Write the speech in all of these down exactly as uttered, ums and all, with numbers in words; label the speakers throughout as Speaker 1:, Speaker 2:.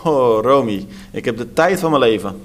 Speaker 1: Oh, Romy, ik heb de tijd van mijn leven.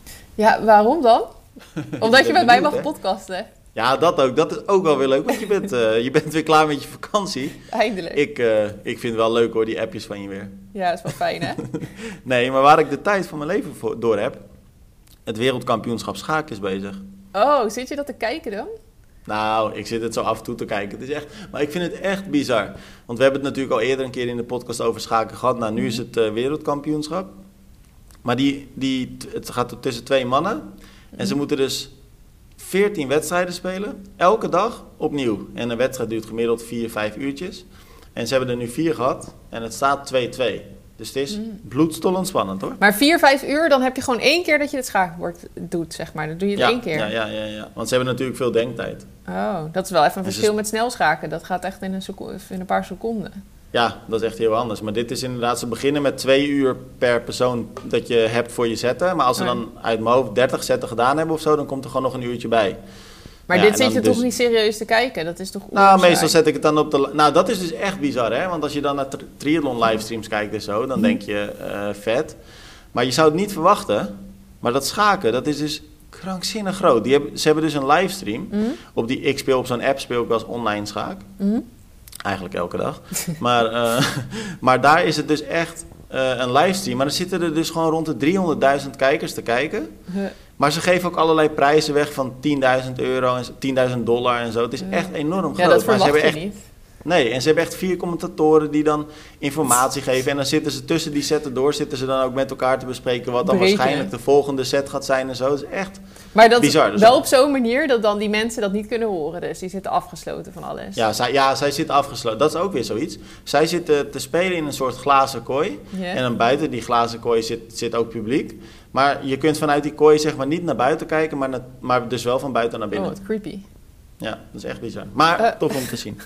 Speaker 2: Ja, waarom dan? Omdat je,
Speaker 1: je
Speaker 2: met mij mag
Speaker 1: hè?
Speaker 2: podcasten.
Speaker 1: Ja, dat ook. Dat is ook wel weer leuk, want je bent, uh, je bent weer klaar met je vakantie.
Speaker 2: Eindelijk.
Speaker 1: Ik, uh, ik vind het wel leuk hoor, die appjes van je weer.
Speaker 2: Ja, dat is wel fijn hè?
Speaker 1: Nee, maar waar ik de tijd van mijn leven voor, door heb, het wereldkampioenschap schaak is bezig.
Speaker 2: Oh, zit je dat te kijken dan?
Speaker 1: Nou, ik zit het zo af en toe te kijken. Het is echt, maar ik vind het echt bizar. Want we hebben het natuurlijk al eerder een keer in de podcast over schaken gehad. Nou, nu is het uh, wereldkampioenschap. Maar die, die, het gaat tussen twee mannen. En ze moeten dus veertien wedstrijden spelen. Elke dag opnieuw. En een wedstrijd duurt gemiddeld vier, vijf uurtjes. En ze hebben er nu vier gehad. En het staat twee-twee. Dus het is mm. bloedstollend spannend hoor.
Speaker 2: Maar vier, vijf uur, dan heb je gewoon één keer dat je het schaakbord doet, zeg maar. Dan doe je het
Speaker 1: ja,
Speaker 2: één keer.
Speaker 1: Ja, ja, ja, ja, want ze hebben natuurlijk veel denktijd.
Speaker 2: Oh, dat is wel even een
Speaker 1: en
Speaker 2: verschil
Speaker 1: ze...
Speaker 2: met snel schaken. Dat gaat echt in een, seconde, in een paar seconden.
Speaker 1: Ja, dat is echt heel anders. Maar dit is inderdaad, ze beginnen met twee uur per persoon dat je hebt voor je zetten. Maar als ze oh. dan uit mijn hoofd dertig zetten gedaan hebben of zo, dan komt er gewoon nog een uurtje bij.
Speaker 2: Maar
Speaker 1: ja,
Speaker 2: dit zit je
Speaker 1: dus...
Speaker 2: toch niet serieus te kijken? Dat is toch
Speaker 1: Nou, meestal zet ik het dan op de... Nou, dat is dus echt bizar, hè? Want als je dan naar tri- triathlon livestreams kijkt en zo, dan denk je uh, vet. Maar je zou het niet verwachten. Maar dat schaken, dat is dus krankzinnig groot. Die hebben, ze hebben dus een livestream. Mm-hmm. Op die, ik speel op zo'n app, speel ik wel eens online schaak. Mm-hmm. Eigenlijk elke dag. maar, uh, maar daar is het dus echt uh, een livestream. Maar dan zitten er dus gewoon rond de driehonderdduizend kijkers te kijken. Huh. Maar ze geven ook allerlei prijzen weg van tienduizend euro en tienduizend dollar en zo. Het is echt enorm groot.
Speaker 2: Ja, dat verwacht
Speaker 1: maar ze
Speaker 2: je
Speaker 1: hebben echt,
Speaker 2: niet.
Speaker 1: Nee, en ze hebben echt vier commentatoren die dan informatie geven. En dan zitten ze tussen die setten door, zitten ze dan ook met elkaar te bespreken wat dan Breken. waarschijnlijk de volgende set gaat zijn en zo. Dat is echt
Speaker 2: maar dat
Speaker 1: bizar. Dus
Speaker 2: wel
Speaker 1: ook.
Speaker 2: Op zo'n manier dat dan die mensen dat niet kunnen horen. Dus die zitten afgesloten van alles.
Speaker 1: Ja, zij, ja, zij zitten afgesloten. Dat is ook weer zoiets. Zij zitten te spelen in een soort glazen kooi. Yeah. En dan buiten die glazen kooi zit, zit ook publiek. Maar je kunt vanuit die kooi zeg maar niet naar buiten kijken, maar, na, maar dus wel van buiten naar binnen.
Speaker 2: Oh, wat creepy.
Speaker 1: Ja, dat is echt bizar. Maar uh. tof om te zien.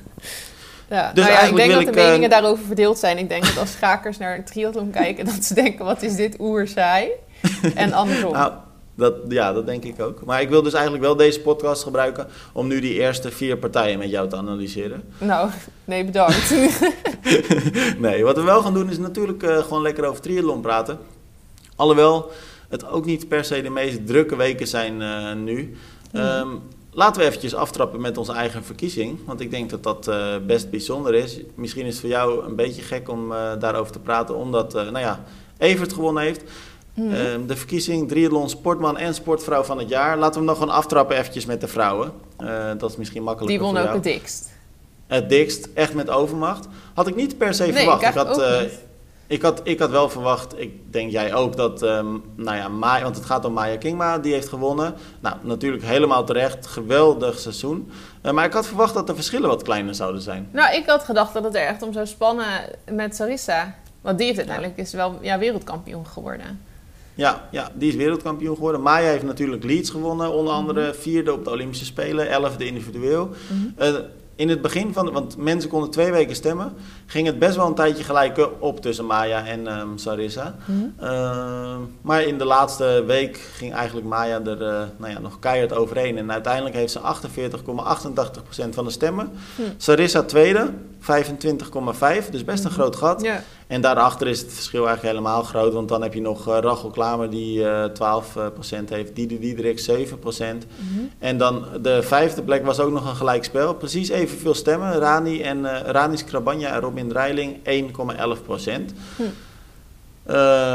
Speaker 2: Ja, dus nou ja, ik denk dat de ik, meningen uh, daarover verdeeld zijn. Ik denk dat als schakers naar een triathlon kijken, dat ze denken, wat is dit oerzaai? En andersom.
Speaker 1: Nou, dat, ja, dat denk ik ook. Maar ik wil dus eigenlijk wel deze podcast gebruiken om nu die eerste vier partijen met jou te analyseren.
Speaker 2: Nou, nee, bedankt.
Speaker 1: Nee, wat we wel gaan doen is natuurlijk uh, gewoon lekker over triathlon praten. Alhoewel het ook niet per se de meest drukke weken zijn uh, nu. Mm. Um, Laten we eventjes aftrappen met onze eigen verkiezing. Want ik denk dat dat uh, best bijzonder is. Misschien is het voor jou een beetje gek om uh, daarover te praten. Omdat, uh, nou ja, Evert gewonnen heeft. Mm. Uh, de verkiezing triathlon sportman en sportvrouw van het jaar. Laten we hem nog gewoon aftrappen eventjes met de vrouwen. Uh, dat is misschien makkelijker voor jou.
Speaker 2: Die won ook het dikst.
Speaker 1: Het dikst, echt met overmacht. Had ik niet per se
Speaker 2: nee,
Speaker 1: verwacht.
Speaker 2: Ik,
Speaker 1: ik had...
Speaker 2: Uh,
Speaker 1: Ik had, ik had wel verwacht, ik denk jij ook, dat, um, nou ja, Maya, want het gaat om Maya Kingma, die heeft gewonnen. Nou, natuurlijk helemaal terecht, geweldig seizoen. Uh, maar ik had verwacht dat de verschillen wat kleiner zouden zijn.
Speaker 2: Nou, ik had gedacht dat het er echt om zou spannen met Sarissa. Want die heeft uiteindelijk is wel ja, wereldkampioen geworden.
Speaker 1: Ja, ja, die is wereldkampioen geworden. Maya heeft natuurlijk Leeds gewonnen, onder andere mm-hmm. vierde op de Olympische Spelen, elfde individueel. Mm-hmm. Uh, In het begin van, want mensen konden twee weken stemmen, ging het best wel een tijdje gelijk op tussen Maya en um, Sarissa. Mm-hmm. Uh, maar in de laatste week ging eigenlijk Maya er uh, nou ja, nog keihard overheen. En uiteindelijk heeft ze achtenveertig komma achtentachtig procent van de stemmen. Mm. Sarissa tweede, vijfentwintig komma vijf, dus best een groot gat. Yeah. En daarachter is het verschil eigenlijk helemaal groot, want dan heb je nog uh, Rachel Klamer die uh, twaalf procent heeft, Diede Diederik zeven procent. Mm-hmm. En dan de vijfde plek was ook nog een gelijkspel, precies evenveel stemmen. Rani en uh, Rani Skrabanja en Robin Dreiling één komma elf procent. Hm. Uh,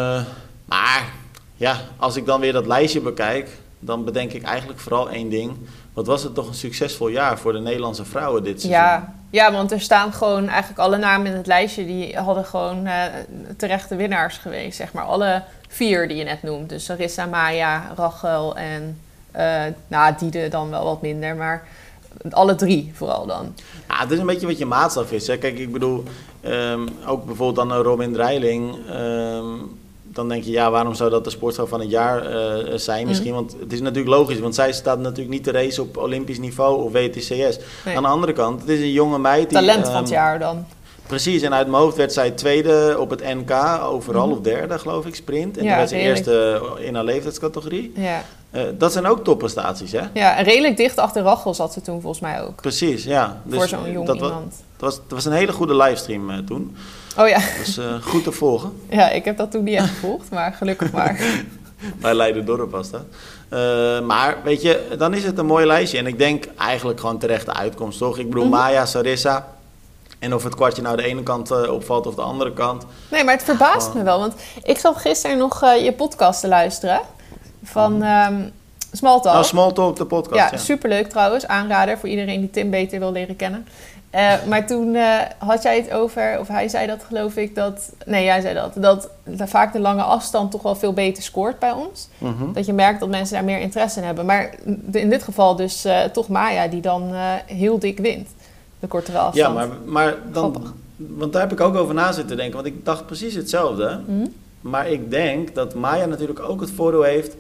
Speaker 1: maar ja, als ik dan weer dat lijstje bekijk, dan bedenk ik eigenlijk vooral één ding. Wat was het toch een succesvol jaar voor de Nederlandse vrouwen dit seizoen?
Speaker 2: Ja, ja, want er staan gewoon eigenlijk alle namen in het lijstje, die hadden gewoon uh, terechte winnaars geweest, zeg maar. Alle vier die je net noemt. Dus Sarissa, Maya, Rachel en uh, nou, Diede dan wel wat minder, maar alle drie vooral dan.
Speaker 1: Ja, het is een beetje wat je maatstaf is. Hè. Kijk, ik bedoel, um, ook bijvoorbeeld dan Robin Dreiling. Um, dan denk je, ja, waarom zou dat de sportvrouw van het jaar uh, zijn? Misschien, mm. want het is natuurlijk logisch, want zij staat natuurlijk niet te race op Olympisch niveau of W T C S. Nee. Aan de andere kant, het is een jonge meid die...
Speaker 2: Talent van um, het jaar dan.
Speaker 1: Precies, en uit mijn hoofd werd zij tweede op het N K, overal mm. of derde, geloof ik, sprint. En ja, toen werd ze eerste in haar leeftijdscategorie.
Speaker 2: Ja.
Speaker 1: Uh, dat zijn ook topprestaties, hè?
Speaker 2: Ja, en redelijk dicht achter Rachel zat ze toen volgens mij ook.
Speaker 1: Precies, ja. Dus
Speaker 2: voor zo'n jong
Speaker 1: dat
Speaker 2: iemand.
Speaker 1: Was, dat, was, dat was een hele goede livestream uh, toen.
Speaker 2: Oh ja.
Speaker 1: Dat was uh, goed te volgen.
Speaker 2: Ja, ik heb dat toen niet echt gevolgd, maar gelukkig maar.
Speaker 1: Bij Leiden-Dorp was dat. Uh, maar weet je, dan is het een mooi lijstje. En ik denk eigenlijk gewoon terechte uitkomst, toch? Ik bedoel, mm-hmm. Maya, Sarissa. En of het kwartje nou de ene kant uh, opvalt of de andere kant.
Speaker 2: Nee, maar het verbaast oh. me wel. Want ik zat gisteren nog uh, je podcast te luisteren. Van um, Smalltalk.
Speaker 1: Nou, Smalltalk, de podcast,
Speaker 2: ja.
Speaker 1: ja.
Speaker 2: Superleuk trouwens. Aanrader voor iedereen die Tim beter wil leren kennen. Uh, maar toen uh, had jij het over, of hij zei dat geloof ik, dat... Nee, jij zei dat. Dat vaak de lange afstand toch wel veel beter scoort bij ons. Mm-hmm. Dat je merkt dat mensen daar meer interesse in hebben. Maar in dit geval dus uh, toch Maya die dan uh, heel dik wint. De kortere afstand.
Speaker 1: Ja, maar, maar dan... Want daar heb ik ook over na zitten denken. Want ik dacht precies hetzelfde. Mm-hmm. Maar ik denk dat Maya natuurlijk ook het voordeel heeft...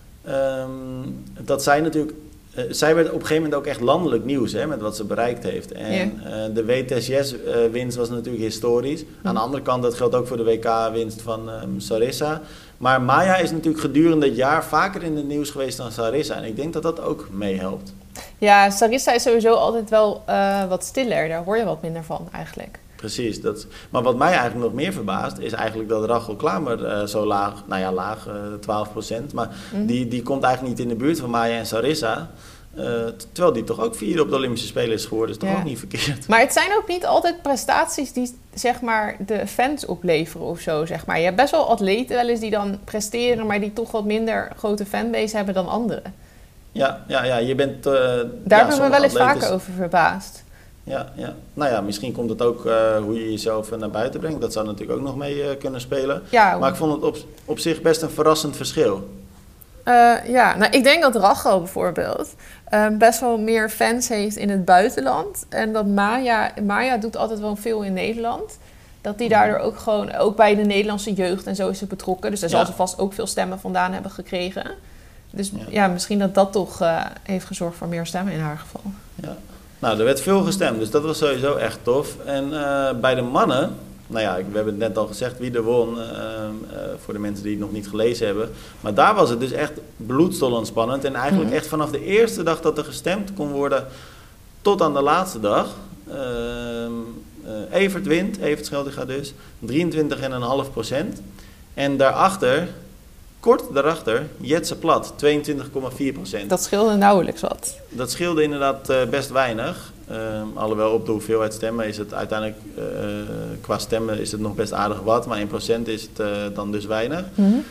Speaker 1: Um, dat zij natuurlijk... Uh, zij werd op een gegeven moment ook echt landelijk nieuws, hè, met wat ze bereikt heeft. En yeah. uh, de W T S S-winst uh, was natuurlijk historisch. Mm. Aan de andere kant, dat geldt ook voor de W K-winst van um, Sarissa. Maar Maya is natuurlijk gedurende het jaar vaker in het nieuws geweest dan Sarissa. En ik denk dat dat ook meehelpt.
Speaker 2: Ja, Sarissa is sowieso altijd wel uh, wat stiller. Daar hoor je wat minder van eigenlijk.
Speaker 1: Precies. Dat, maar wat mij eigenlijk nog meer verbaast... is eigenlijk dat Rachel Klamer uh, zo laag... nou ja, laag, uh, twaalf procent... maar mm. die, die komt eigenlijk niet in de buurt van Maya en Sarissa... Uh, terwijl die toch ook vierde op de Olympische Spelen is geworden. Is toch ja. ook niet verkeerd.
Speaker 2: Maar het zijn ook niet altijd prestaties die zeg maar de fans opleveren of zo, zeg maar. Je hebt best wel atleten wel eens die dan presteren... maar die toch wat minder grote fanbase hebben dan anderen.
Speaker 1: Ja, ja, ja je bent... Uh,
Speaker 2: Daar
Speaker 1: ja,
Speaker 2: hebben we me wel eens
Speaker 1: atletes...
Speaker 2: vaker over verbaasd.
Speaker 1: Ja, ja, nou ja, misschien komt het ook uh, hoe je jezelf naar buiten brengt. Dat zou natuurlijk ook nog mee uh, kunnen spelen. Ja, maar ik vond het op, op zich best een verrassend verschil.
Speaker 2: Uh, ja, nou ik denk dat Rachel bijvoorbeeld uh, best wel meer fans heeft in het buitenland. En dat Maya, Maya doet altijd wel veel in Nederland. Dat die daardoor ook gewoon, ook bij de Nederlandse jeugd en zo is ze betrokken. Dus daar zal ja. ze vast ook veel stemmen vandaan hebben gekregen. Dus ja, ja misschien dat dat toch uh, heeft gezorgd voor meer stemmen in haar geval.
Speaker 1: Ja. Nou, er werd veel gestemd, dus dat was sowieso echt tof. En uh, bij de mannen, nou ja, we hebben het net al gezegd wie er won, uh, uh, voor de mensen die het nog niet gelezen hebben. Maar daar was het dus echt bloedstollend spannend. En eigenlijk mm-hmm. echt vanaf de eerste dag dat er gestemd kon worden, tot aan de laatste dag. Uh, uh, Evert wint, Evert Scheldinga dus, drieëntwintig komma vijf procent. En daarachter... Kort daarachter, Jetse Plat, tweeëntwintig komma vier procent.
Speaker 2: Dat scheelde nauwelijks wat.
Speaker 1: Dat scheelde inderdaad uh, best weinig. Uh, alhoewel op de hoeveelheid stemmen is het uiteindelijk, uh, qua stemmen is het nog best aardig wat. Maar in procent is het uh, dan dus weinig. Mm-hmm.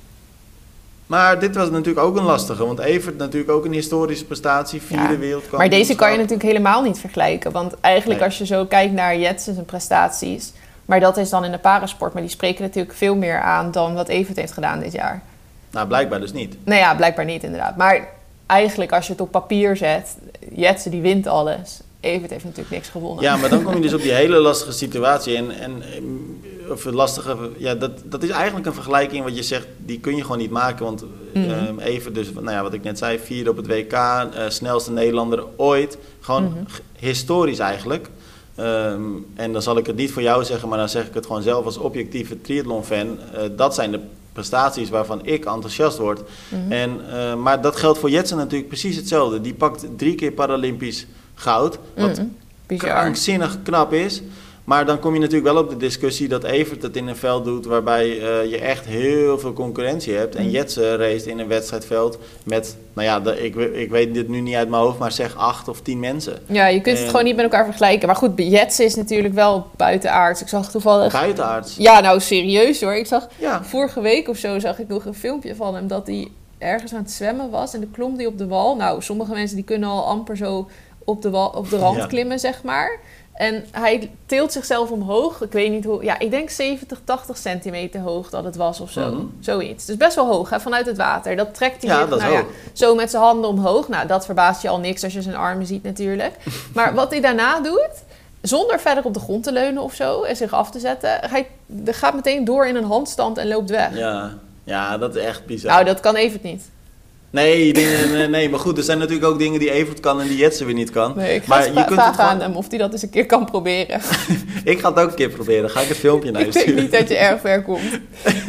Speaker 1: Maar dit was natuurlijk ook een lastige. Want Evert natuurlijk ook een historische prestatie, vierde ja, wereldkampioenschap.
Speaker 2: Maar deze kan je natuurlijk helemaal niet vergelijken. Want eigenlijk nee. als je zo kijkt naar Jetse zijn prestaties... Maar dat is dan in de parasport. Maar die spreken natuurlijk veel meer aan dan wat Evert heeft gedaan dit jaar.
Speaker 1: Nou, blijkbaar dus niet.
Speaker 2: Nou ja, blijkbaar niet inderdaad. Maar eigenlijk als je het op papier zet... Jetse die wint alles. Evert heeft natuurlijk niks gewonnen.
Speaker 1: Ja, maar dan kom je dus op die hele lastige situatie. En, en of lastige, ja, dat, dat is eigenlijk een vergelijking wat je zegt... die kun je gewoon niet maken. Want mm-hmm. um, Evert dus, nou ja, wat ik net zei... vierde op het W K, uh, snelste Nederlander ooit. Gewoon mm-hmm. g- historisch eigenlijk... Um, en dan zal ik het niet voor jou zeggen, maar dan zeg ik het gewoon zelf als objectieve triathlon-fan. Uh, dat zijn de prestaties waarvan ik enthousiast word. Mm-hmm. En, uh, maar dat geldt voor Jetse natuurlijk precies hetzelfde. Die pakt drie keer Paralympisch goud, wat mm-hmm. krankzinnig knap is. Maar dan kom je natuurlijk wel op de discussie dat Evert het in een veld doet... waarbij uh, je echt heel veel concurrentie hebt. En Jetse race in een wedstrijdveld met... nou ja, de, ik, ik weet dit nu niet uit mijn hoofd... maar zeg acht of tien mensen.
Speaker 2: Ja, je kunt en, het gewoon niet met elkaar vergelijken. Maar goed, Jetse is natuurlijk wel buitenaards. Ik zag toevallig...
Speaker 1: Buitenaards?
Speaker 2: Ja, nou serieus hoor. Ik zag
Speaker 1: ja.
Speaker 2: vorige week of zo zag ik nog een filmpje van hem... dat hij ergens aan het zwemmen was en dan klom hij op de wal. Nou, sommige mensen die kunnen al amper zo op de, wal, op de rand ja. klimmen, zeg maar... En hij tilt zichzelf omhoog. Ik weet niet hoe... Ja, ik denk zeventig, tachtig centimeter hoog dat het was of zo. Mm-hmm. Zoiets. Dus best wel hoog, hè, vanuit het water. Dat trekt hij
Speaker 1: ja,
Speaker 2: zich,
Speaker 1: dat
Speaker 2: nou ja, zo met zijn handen omhoog. Nou, dat verbaast je al niks als je zijn armen ziet natuurlijk. Maar wat hij daarna doet... zonder verder op de grond te leunen of zo... en zich af te zetten... hij gaat meteen door in een handstand en loopt weg.
Speaker 1: Ja, ja dat is echt bizar.
Speaker 2: Nou, dat kan Evert niet.
Speaker 1: Nee, nee, nee, nee, maar goed, er zijn natuurlijk ook dingen die Evert kan en die Jetze weer niet kan.
Speaker 2: Nee, ik ga
Speaker 1: maar
Speaker 2: vra-
Speaker 1: je kunt
Speaker 2: vragen
Speaker 1: het gewoon...
Speaker 2: aan hem of hij dat eens een keer kan proberen.
Speaker 1: Ik ga het ook een keer proberen. Ga ik een filmpje naar je
Speaker 2: Ik denk
Speaker 1: sturen?
Speaker 2: niet dat je erg ver komt.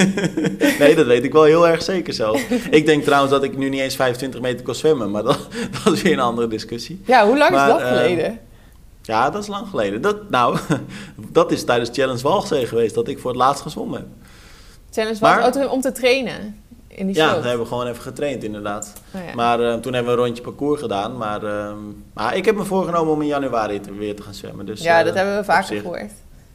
Speaker 1: Nee, dat weet ik wel heel erg zeker zelf. Ik denk trouwens dat ik nu niet eens vijfentwintig meter kon zwemmen, maar dat, dat is weer een andere discussie.
Speaker 2: Ja, hoe lang
Speaker 1: Maar,
Speaker 2: is dat
Speaker 1: eh,
Speaker 2: geleden?
Speaker 1: Ja, dat is lang geleden. Dat, nou, dat is tijdens Challenge Walchzee geweest dat ik voor het laatst gezwommen heb.
Speaker 2: Challenge
Speaker 1: maar-
Speaker 2: was oh, om te trainen in die
Speaker 1: Ja,
Speaker 2: show.
Speaker 1: dat hebben we gewoon even getraind inderdaad.
Speaker 2: Oh, ja.
Speaker 1: Maar uh, toen hebben we een rondje parcours gedaan. Maar, uh, maar ik heb me voorgenomen om in januari te, weer te gaan zwemmen. Dus,
Speaker 2: ja,
Speaker 1: uh,
Speaker 2: dat hebben we
Speaker 1: op
Speaker 2: vaker
Speaker 1: zich-
Speaker 2: gehoord.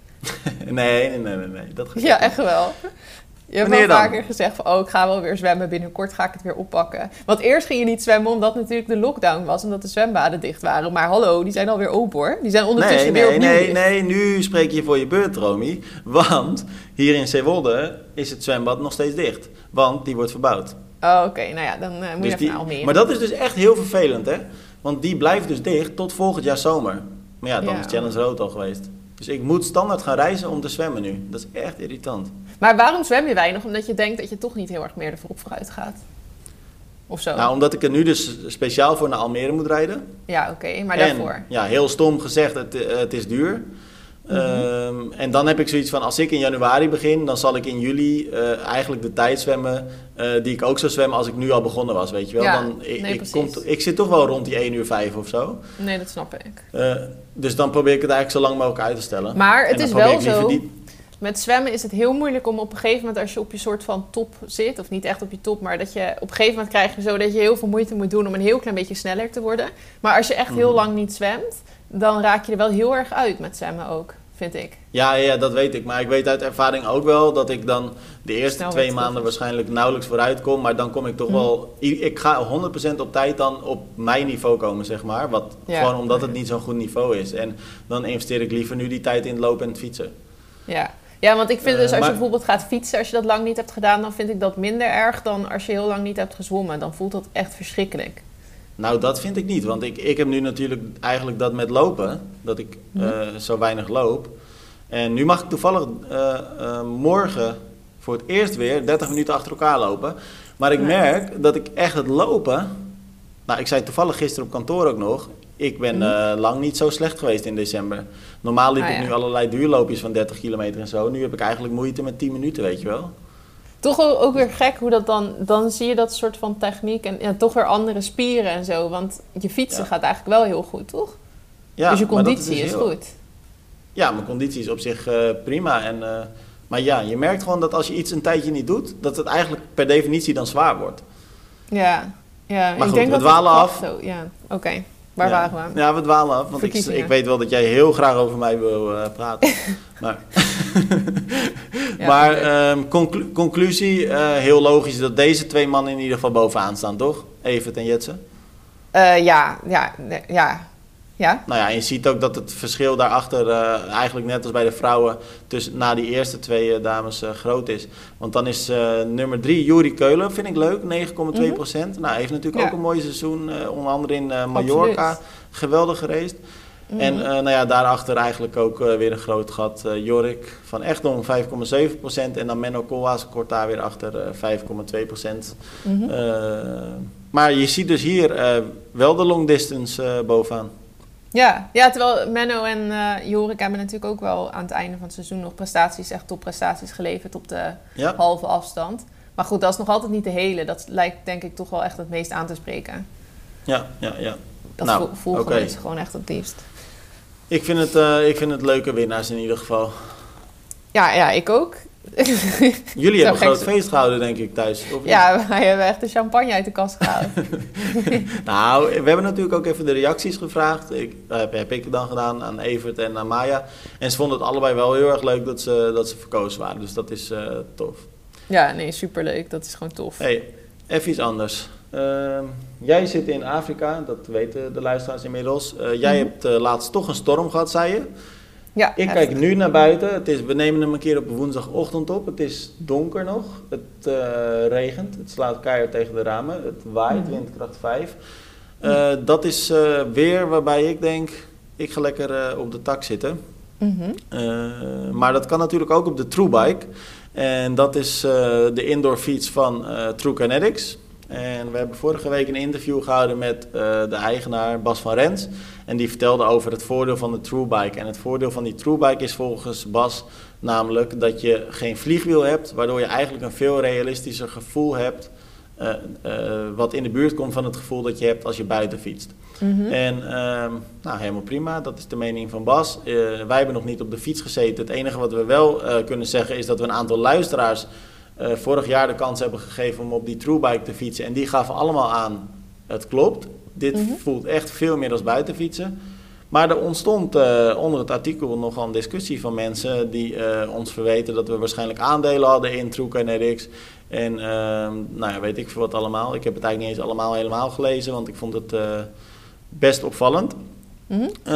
Speaker 1: nee, nee, nee, nee, nee. Dat ga ik
Speaker 2: Ja,
Speaker 1: niet
Speaker 2: echt wel. Je hebt
Speaker 1: Wanneer
Speaker 2: wel
Speaker 1: dan?
Speaker 2: vaker gezegd van, oh, ik ga wel weer zwemmen. Binnenkort ga ik het weer oppakken. Want eerst ging je niet zwemmen omdat natuurlijk de lockdown was. Omdat de zwembaden dicht waren. Maar hallo, die zijn alweer open hoor. Die zijn ondertussen
Speaker 1: Nee,
Speaker 2: weer
Speaker 1: nee,
Speaker 2: opnieuw
Speaker 1: nee,
Speaker 2: dicht.
Speaker 1: nee, nu spreek je voor je beurt, Romy. Want hier in Zeewolde is het zwembad nog steeds dicht. Want die wordt verbouwd.
Speaker 2: Oh, oké. Nou ja, dan uh, moet je
Speaker 1: Dus
Speaker 2: even
Speaker 1: die,
Speaker 2: naar Almere.
Speaker 1: maar dat is dus echt heel vervelend, hè? Want die blijft dus dicht tot volgend jaar zomer. Maar ja, dan
Speaker 2: Ja.
Speaker 1: is Challenge Rood al geweest. Dus ik moet standaard gaan reizen om te zwemmen nu. Dat is echt irritant.
Speaker 2: Maar waarom zwem je weinig? Omdat je denkt dat je toch niet heel erg meer ervoor op vooruit gaat? Of zo?
Speaker 1: Nou, omdat ik er nu dus speciaal voor naar Almere moet rijden.
Speaker 2: ja, oké. maar
Speaker 1: en,
Speaker 2: daarvoor?
Speaker 1: ja, heel stom gezegd, het, eh, het is duur.
Speaker 2: Mhm.
Speaker 1: Ehm, en dan heb ik zoiets van, als ik in januari begin, dan zal ik in juli eh, eigenlijk de tijd zwemmen eh, die ik ook zou zwemmen als ik nu al begonnen was, weet je wel.
Speaker 2: Ja,
Speaker 1: dan, ik,
Speaker 2: nee,
Speaker 1: ik,
Speaker 2: precies.
Speaker 1: kom, t- ik zit toch wel rond die één uur vijf of zo.
Speaker 2: Nee, dat snap ik.
Speaker 1: Eh, dus dan probeer ik het eigenlijk zo lang mogelijk uit te stellen.
Speaker 2: Maar
Speaker 1: En
Speaker 2: het
Speaker 1: dan
Speaker 2: is
Speaker 1: probeer
Speaker 2: wel
Speaker 1: ik liever
Speaker 2: zo,
Speaker 1: die-
Speaker 2: met zwemmen is het heel moeilijk om op een gegeven moment, als je op je soort van top zit, of niet echt op je top, maar dat je op een gegeven moment krijg je zo dat je heel veel moeite moet doen om een heel klein beetje sneller te worden. Maar als je echt heel
Speaker 1: Mhm.
Speaker 2: lang niet zwemt, dan raak je er wel heel erg uit met zwemmen ook, vind ik.
Speaker 1: Ja, ja, dat weet ik. Maar ik weet uit ervaring ook wel dat ik dan de eerste
Speaker 2: Snel
Speaker 1: twee
Speaker 2: weer terug
Speaker 1: maanden
Speaker 2: is.
Speaker 1: waarschijnlijk nauwelijks vooruit kom. Maar dan kom ik toch
Speaker 2: Mhm.
Speaker 1: wel... I- Ik ga honderd procent op tijd dan op mijn niveau komen, zeg maar. Wat,
Speaker 2: Ja.
Speaker 1: Gewoon omdat het niet zo'n goed niveau is. En dan investeer ik liever nu die tijd in het lopen en het fietsen.
Speaker 2: Ja. Ja, want ik vind
Speaker 1: Eh,
Speaker 2: dus als
Speaker 1: maar-
Speaker 2: je bijvoorbeeld gaat fietsen, als je dat lang niet hebt gedaan, dan vind ik dat minder erg dan als je heel lang niet hebt gezwommen. Dan voelt dat echt verschrikkelijk.
Speaker 1: Nou, dat vind ik niet. Want ik, ik heb nu natuurlijk eigenlijk dat met lopen. Dat ik
Speaker 2: Mhm.
Speaker 1: eh, zo weinig loop. En nu mag ik toevallig eh, eh, morgen voor het eerst weer dertig minuten achter elkaar lopen. Maar ik
Speaker 2: Ja.
Speaker 1: merk dat ik echt het lopen... Nou, ik zei toevallig gisteren op kantoor ook nog... Ik ben
Speaker 2: Mhm.
Speaker 1: eh, lang niet zo slecht geweest in december. Normaal liep
Speaker 2: Ah,
Speaker 1: ik
Speaker 2: ja.
Speaker 1: nu allerlei duurloopjes van dertig kilometer en zo. Nu heb ik eigenlijk moeite met tien minuten, weet je wel.
Speaker 2: Toch ook ook weer gek hoe dat dan... Dan zie je dat soort van techniek en ja, toch weer andere spieren en zo. Want je fietsen
Speaker 1: Ja.
Speaker 2: gaat eigenlijk wel heel goed, toch?
Speaker 1: Ja,
Speaker 2: dus je
Speaker 1: maar dat
Speaker 2: conditie
Speaker 1: dus
Speaker 2: is
Speaker 1: heel-
Speaker 2: goed.
Speaker 1: Ja, mijn conditie is op zich eh, prima. En, eh, maar ja, je merkt gewoon dat als je iets een tijdje niet doet... dat het eigenlijk per definitie dan zwaar wordt.
Speaker 2: Ja, ja.
Speaker 1: goed,
Speaker 2: ik denk
Speaker 1: we
Speaker 2: dat
Speaker 1: dwalen
Speaker 2: het
Speaker 1: af.
Speaker 2: Zo, ja, oké. Waar
Speaker 1: ja.
Speaker 2: waren we?
Speaker 1: Ja, we dwalen af. Want ik,
Speaker 2: Verkiezingen.
Speaker 1: ik weet wel dat jij heel graag over mij wil eh, praten. maar
Speaker 2: Ja,
Speaker 1: maar
Speaker 2: oké.
Speaker 1: ehm, conclu- conclusie, eh, heel logisch dat deze twee mannen in ieder geval bovenaan staan, toch? Evert en Jetze.
Speaker 2: Eh, ja, ja, nee, ja. Ja?
Speaker 1: Nou ja, en je ziet ook dat het verschil daarachter eh, eigenlijk net als bij de vrouwen... tussen na die eerste twee eh, dames eh, groot is. Want dan is eh, nummer drie, Juri Keulen, vind ik leuk, negen komma twee procent. Nou, hij heeft natuurlijk
Speaker 2: Ja.
Speaker 1: ook een mooi seizoen, eh, onder andere in eh, Mallorca.
Speaker 2: Absoluut.
Speaker 1: Geweldig gereisd.
Speaker 2: Mhm.
Speaker 1: En eh, nou ja, daarachter eigenlijk ook eh, weer een groot gat. Eh, Jorik van Echtdom vijf komma zeven procent en dan Menno Koolhaas kort daar weer achter eh, vijf komma twee procent.
Speaker 2: Mhm.
Speaker 1: Eh, maar je ziet dus hier eh, wel de long distance eh, bovenaan.
Speaker 2: Ja, ja, terwijl Menno en eh Jorik hebben natuurlijk ook wel aan het einde van het seizoen nog prestaties, echt topprestaties geleverd op de
Speaker 1: Ja,
Speaker 2: halve afstand. Maar goed, dat is nog altijd niet de hele. Dat lijkt denk ik toch wel echt het meest aan te spreken.
Speaker 1: ja, ja, ja.
Speaker 2: Dat
Speaker 1: Nou,
Speaker 2: vo- volgen
Speaker 1: oké.
Speaker 2: mensen gewoon echt het liefst.
Speaker 1: Ik vind, het, eh, ik vind het leuke winnaars in ieder geval.
Speaker 2: Ja, ja, ik ook.
Speaker 1: Jullie
Speaker 2: Zo
Speaker 1: hebben een
Speaker 2: gek
Speaker 1: groot
Speaker 2: zo.
Speaker 1: feest gehouden, denk ik, thuis. Of niet?
Speaker 2: Ja, wij hebben echt de champagne uit de kast gehaald.
Speaker 1: Nou, we hebben natuurlijk ook even de reacties gevraagd. Ik, dat heb, heb ik dan gedaan aan Evert en aan Maya. En ze vonden het allebei wel heel erg leuk dat ze, dat ze verkozen waren. Dus dat is eh, tof.
Speaker 2: Ja, nee, superleuk. Dat is gewoon tof.
Speaker 1: Hey, even iets anders. Ehm, jij zit in Afrika, dat weten de luisteraars inmiddels. Eh, jij
Speaker 2: Mhm.
Speaker 1: hebt eh, laatst toch een storm gehad, zei je.
Speaker 2: Ja,
Speaker 1: Ik
Speaker 2: heftig.
Speaker 1: kijk nu naar buiten. Het is, we nemen hem een keer op een woensdagochtend op. Het is donker nog. Het eh, regent. Het slaat keihard tegen de ramen. Het waait,
Speaker 2: Mhm.
Speaker 1: windkracht vijf. Eh, dat is eh, weer waarbij ik denk, ik ga lekker eh, op de tak zitten.
Speaker 2: Mhm.
Speaker 1: Eh, maar dat kan natuurlijk ook op de TrueBike. En dat is eh, de indoor fiets van eh True Kinetics. En we hebben vorige week een interview gehouden met uh, de eigenaar Bas van Rens. En die vertelde over het voordeel van de TrueBike. En het voordeel van die TrueBike is volgens Bas namelijk dat je geen vliegwiel hebt, waardoor je eigenlijk een veel realistischer gevoel hebt, uh, uh, wat in de buurt komt van het gevoel dat je hebt als je buiten fietst. Mm-hmm. En uh, nou, helemaal prima, dat is de mening van Bas. Uh, wij hebben nog niet op de fiets gezeten. Het enige wat we wel uh, kunnen zeggen is dat we een aantal luisteraars uh, vorig jaar de kans hebben gegeven om op die TrueBike te fietsen. En die gaven allemaal aan, het klopt. Dit mm-hmm. voelt echt veel meer als buiten fietsen. Maar er ontstond uh, onder het artikel nogal een discussie van mensen die uh, ons verweten dat we waarschijnlijk aandelen hadden in TrueKinetics. En uh, nou ja, weet ik veel wat allemaal. Ik heb het eigenlijk niet eens allemaal helemaal gelezen, want ik vond het uh, best opvallend. Mm-hmm. Uh,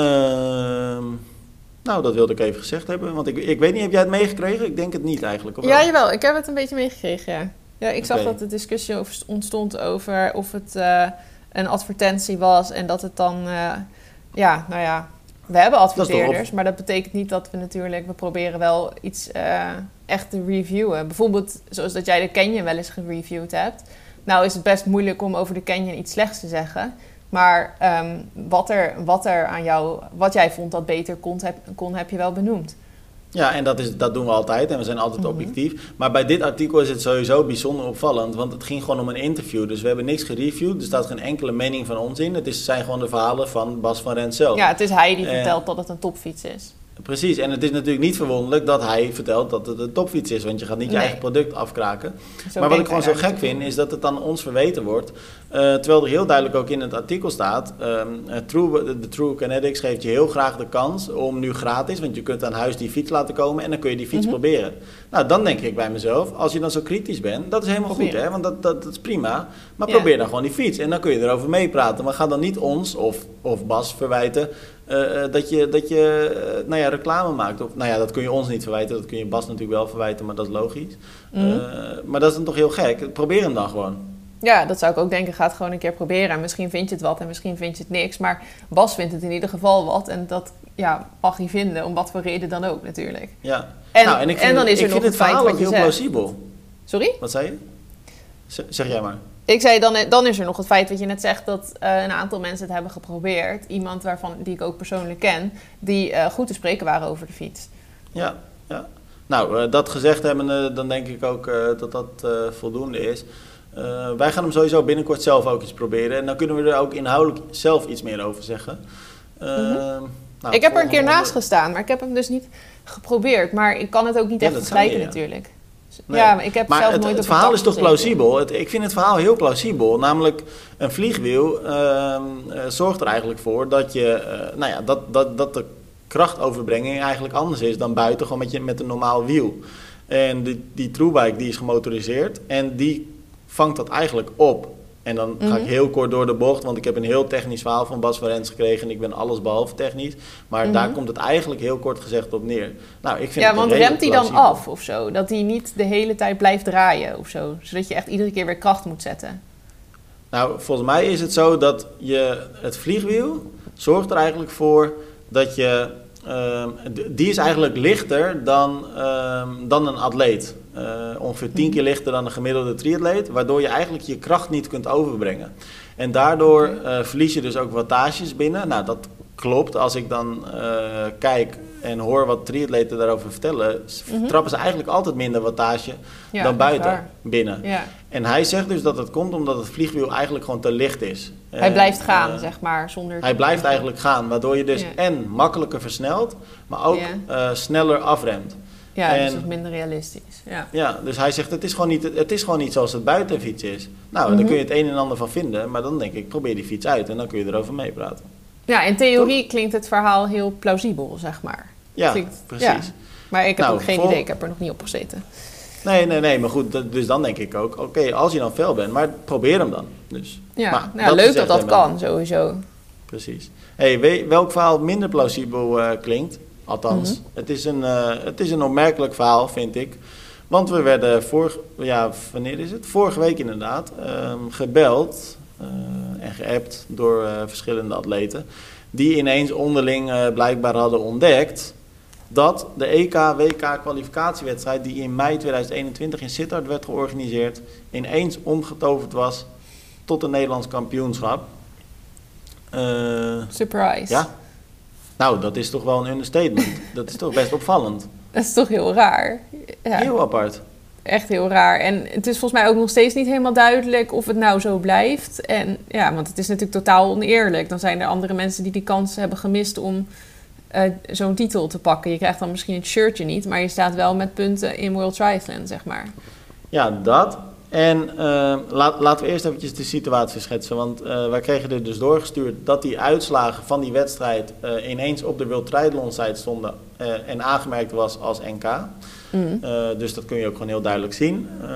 Speaker 1: nou, dat wilde ik even gezegd hebben, want ik, ik weet niet, heb jij het meegekregen? Ik denk het niet eigenlijk. Of
Speaker 2: ja, jawel. Ik heb het een beetje meegekregen, ja. Ja, ik zag okay. dat de discussie over ontstond over of het uh, een advertentie was en dat het dan... Uh, Ja, nou ja, we hebben adverteerders, dat maar dat betekent niet dat we natuurlijk... We proberen wel iets uh, echt te reviewen. Bijvoorbeeld zoals dat jij de Canyon wel eens gereviewd hebt. Nou is het best moeilijk om over de Canyon iets slechts te zeggen. Maar um, wat, er, wat er aan jou, wat jij vond dat beter kon, heb, kon heb je wel benoemd.
Speaker 1: Ja, en dat, is, dat doen we altijd en we zijn altijd mm-hmm. objectief. Maar bij dit artikel is het sowieso bijzonder opvallend, want het ging gewoon om een interview. Dus we hebben niks gereviewd, er staat geen enkele mening van ons in. Het is, zijn gewoon de verhalen van Bas van Rens zelf.
Speaker 2: Ja, het is hij die en, vertelt dat het een topfiets is.
Speaker 1: Precies, en het is natuurlijk niet verwonderlijk dat hij vertelt dat het een topfiets is, want je gaat niet je nee. eigen product afkraken. Zo maar wat ik gewoon zo gek vind, is dat het dan ons verweten wordt. Uh, terwijl er heel duidelijk ook in het artikel staat, um, True, de, de TrueKinetics geeft je heel graag de kans om nu gratis, want je kunt aan huis die fiets laten komen en dan kun je die fiets mm-hmm. proberen. Nou, dan denk ik bij mezelf, als je dan zo kritisch bent, dat is helemaal proberen. goed, hè, want dat, dat, dat is prima. Maar ja. probeer dan gewoon die fiets en dan kun je erover meepraten. Maar ga dan niet ons of, of Bas verwijten uh, dat je, dat je uh, nou ja, reclame maakt. Of, nou ja, dat kun je ons niet verwijten, dat kun je Bas natuurlijk wel verwijten, maar dat is logisch. Mm-hmm. Uh, maar dat is dan toch heel gek. Probeer hem dan gewoon.
Speaker 2: Ja, dat zou ik ook denken. Ga het gewoon een keer proberen. En misschien vind je het wat en misschien vind je het niks. Maar Bas vindt het in ieder geval wat. En dat ja, mag hij vinden, om wat voor reden dan ook natuurlijk.
Speaker 1: Ja.
Speaker 2: En,
Speaker 1: nou, en, ik vind
Speaker 2: en dan
Speaker 1: het,
Speaker 2: is er
Speaker 1: ik
Speaker 2: nog
Speaker 1: vind
Speaker 2: het
Speaker 1: het
Speaker 2: feit
Speaker 1: verhaal
Speaker 2: wat je
Speaker 1: heel
Speaker 2: zegt.
Speaker 1: plausibel.
Speaker 2: Sorry?
Speaker 1: Wat zei je? Z- zeg jij maar.
Speaker 2: Ik zei, dan, dan is er nog het feit wat je net zegt, dat uh, een aantal mensen het hebben geprobeerd. Iemand waarvan die ik ook persoonlijk ken, die uh, goed te spreken waren over de fiets.
Speaker 1: Ja, ja. Nou, uh, dat gezegd hebben, uh, dan denk ik ook uh, dat dat uh, voldoende is. Uh, wij gaan hem sowieso binnenkort zelf ook eens proberen. En dan kunnen we er ook inhoudelijk zelf iets meer over zeggen. Uh,
Speaker 2: mm-hmm. nou,
Speaker 1: ik
Speaker 2: heb er een keer naast gestaan, maar ik heb hem dus niet geprobeerd. Maar ik kan het ook niet ja, echt vergelijken ja. natuurlijk. Nee. Ja, maar ik heb
Speaker 1: maar
Speaker 2: zelf
Speaker 1: het,
Speaker 2: nooit
Speaker 1: het
Speaker 2: op
Speaker 1: verhaal is toch
Speaker 2: gezeten.
Speaker 1: plausibel? Het, ik vind het verhaal heel plausibel. Namelijk, een vliegwiel uh, uh, zorgt er eigenlijk voor dat je, uh, nou ja, dat, dat, dat de krachtoverbrenging eigenlijk anders is dan buiten, gewoon met, je, met een normaal wiel. En die, die TrueBike die is gemotoriseerd en die vangt dat eigenlijk op. En dan mm-hmm. ga ik heel kort door de bocht, want ik heb een heel technisch verhaal van Bas van Rens gekregen en ik ben alles behalve technisch. Maar mm-hmm. daar komt het eigenlijk heel kort gezegd op neer. Nou, ik vind
Speaker 2: ja,
Speaker 1: het
Speaker 2: want remt hij dan af of zo? Dat hij niet de hele tijd blijft draaien of zo? Zodat je echt iedere keer weer kracht moet zetten?
Speaker 1: Nou, volgens mij is het zo dat je het vliegwiel zorgt er eigenlijk voor dat je... Uh, die is eigenlijk lichter dan, uh, dan een atleet. Uh, ongeveer tien keer lichter dan een gemiddelde triatleet, waardoor je eigenlijk je kracht niet kunt overbrengen. En daardoor uh, verlies je dus ook wattages binnen. Nou, dat klopt. Als ik dan uh, kijk en hoor wat triatleten daarover vertellen, mm-hmm. trappen ze eigenlijk altijd minder wattage ja, dan buiten binnen. Ja. En hij zegt dus dat het komt omdat het vliegwiel eigenlijk gewoon te licht is.
Speaker 2: Hij blijft gaan, uh, zeg maar. Zonder
Speaker 1: hij blijft eigenlijk gaan, waardoor je dus ja. en makkelijker versnelt, maar ook ja. uh, sneller afremt.
Speaker 2: Ja,
Speaker 1: en,
Speaker 2: dus het is minder realistisch. Ja.
Speaker 1: ja, dus hij zegt het is gewoon niet, het is gewoon niet zoals het buitenfiets is. Nou, mm-hmm. daar kun je het een en ander van vinden, maar dan denk ik, probeer die fiets uit en dan kun je erover meepraten.
Speaker 2: Ja, in theorie Toch? klinkt het verhaal heel plausibel, zeg maar.
Speaker 1: Ja,
Speaker 2: klinkt,
Speaker 1: precies.
Speaker 2: Ja. Maar ik heb
Speaker 1: nou,
Speaker 2: ook geen
Speaker 1: vol...
Speaker 2: idee, ik heb er nog niet op gezeten.
Speaker 1: Nee, nee, nee, maar goed, dus dan denk ik ook, oké, okay, als je dan fel bent, maar probeer hem dan. Dus.
Speaker 2: Ja,
Speaker 1: maar,
Speaker 2: nou,
Speaker 1: dat
Speaker 2: leuk dat dat kan, dan. sowieso.
Speaker 1: Precies. Hey, weet, welk verhaal minder plausibel uh, klinkt, althans, mm-hmm. het, is een, uh, het is een opmerkelijk verhaal, vind ik. Want we werden vorige, ja, wanneer is het? Vorige week inderdaad, um, gebeld uh, en geappt door uh, verschillende atleten, die ineens onderling uh, blijkbaar hadden ontdekt dat de E K-W K-kwalificatiewedstrijd die in mei tweeduizend eenentwintig in Sittard werd georganiseerd, ineens omgetoverd was tot een Nederlands kampioenschap. Uh,
Speaker 2: Surprise.
Speaker 1: Ja. Nou, dat is toch wel een understatement. Dat is toch best opvallend.
Speaker 2: Dat is toch heel raar. Ja.
Speaker 1: Heel apart.
Speaker 2: Echt heel raar. En het is volgens mij ook nog steeds niet helemaal duidelijk of het nou zo blijft. En ja, want het is natuurlijk totaal oneerlijk. Dan zijn er andere mensen die die kans hebben gemist om uh, zo'n titel te pakken. Je krijgt dan misschien het shirtje niet, maar je staat wel met punten in World Triathlon, zeg maar.
Speaker 1: Ja, dat. En uh, laat, laten we eerst eventjes de situatie schetsen. Want uh, wij kregen er dus doorgestuurd dat die uitslagen van die wedstrijd uh, ineens op de World Triathlon site stonden uh, en aangemerkt was als N K. Mm. Uh, dus dat kun je ook gewoon heel duidelijk zien. Uh,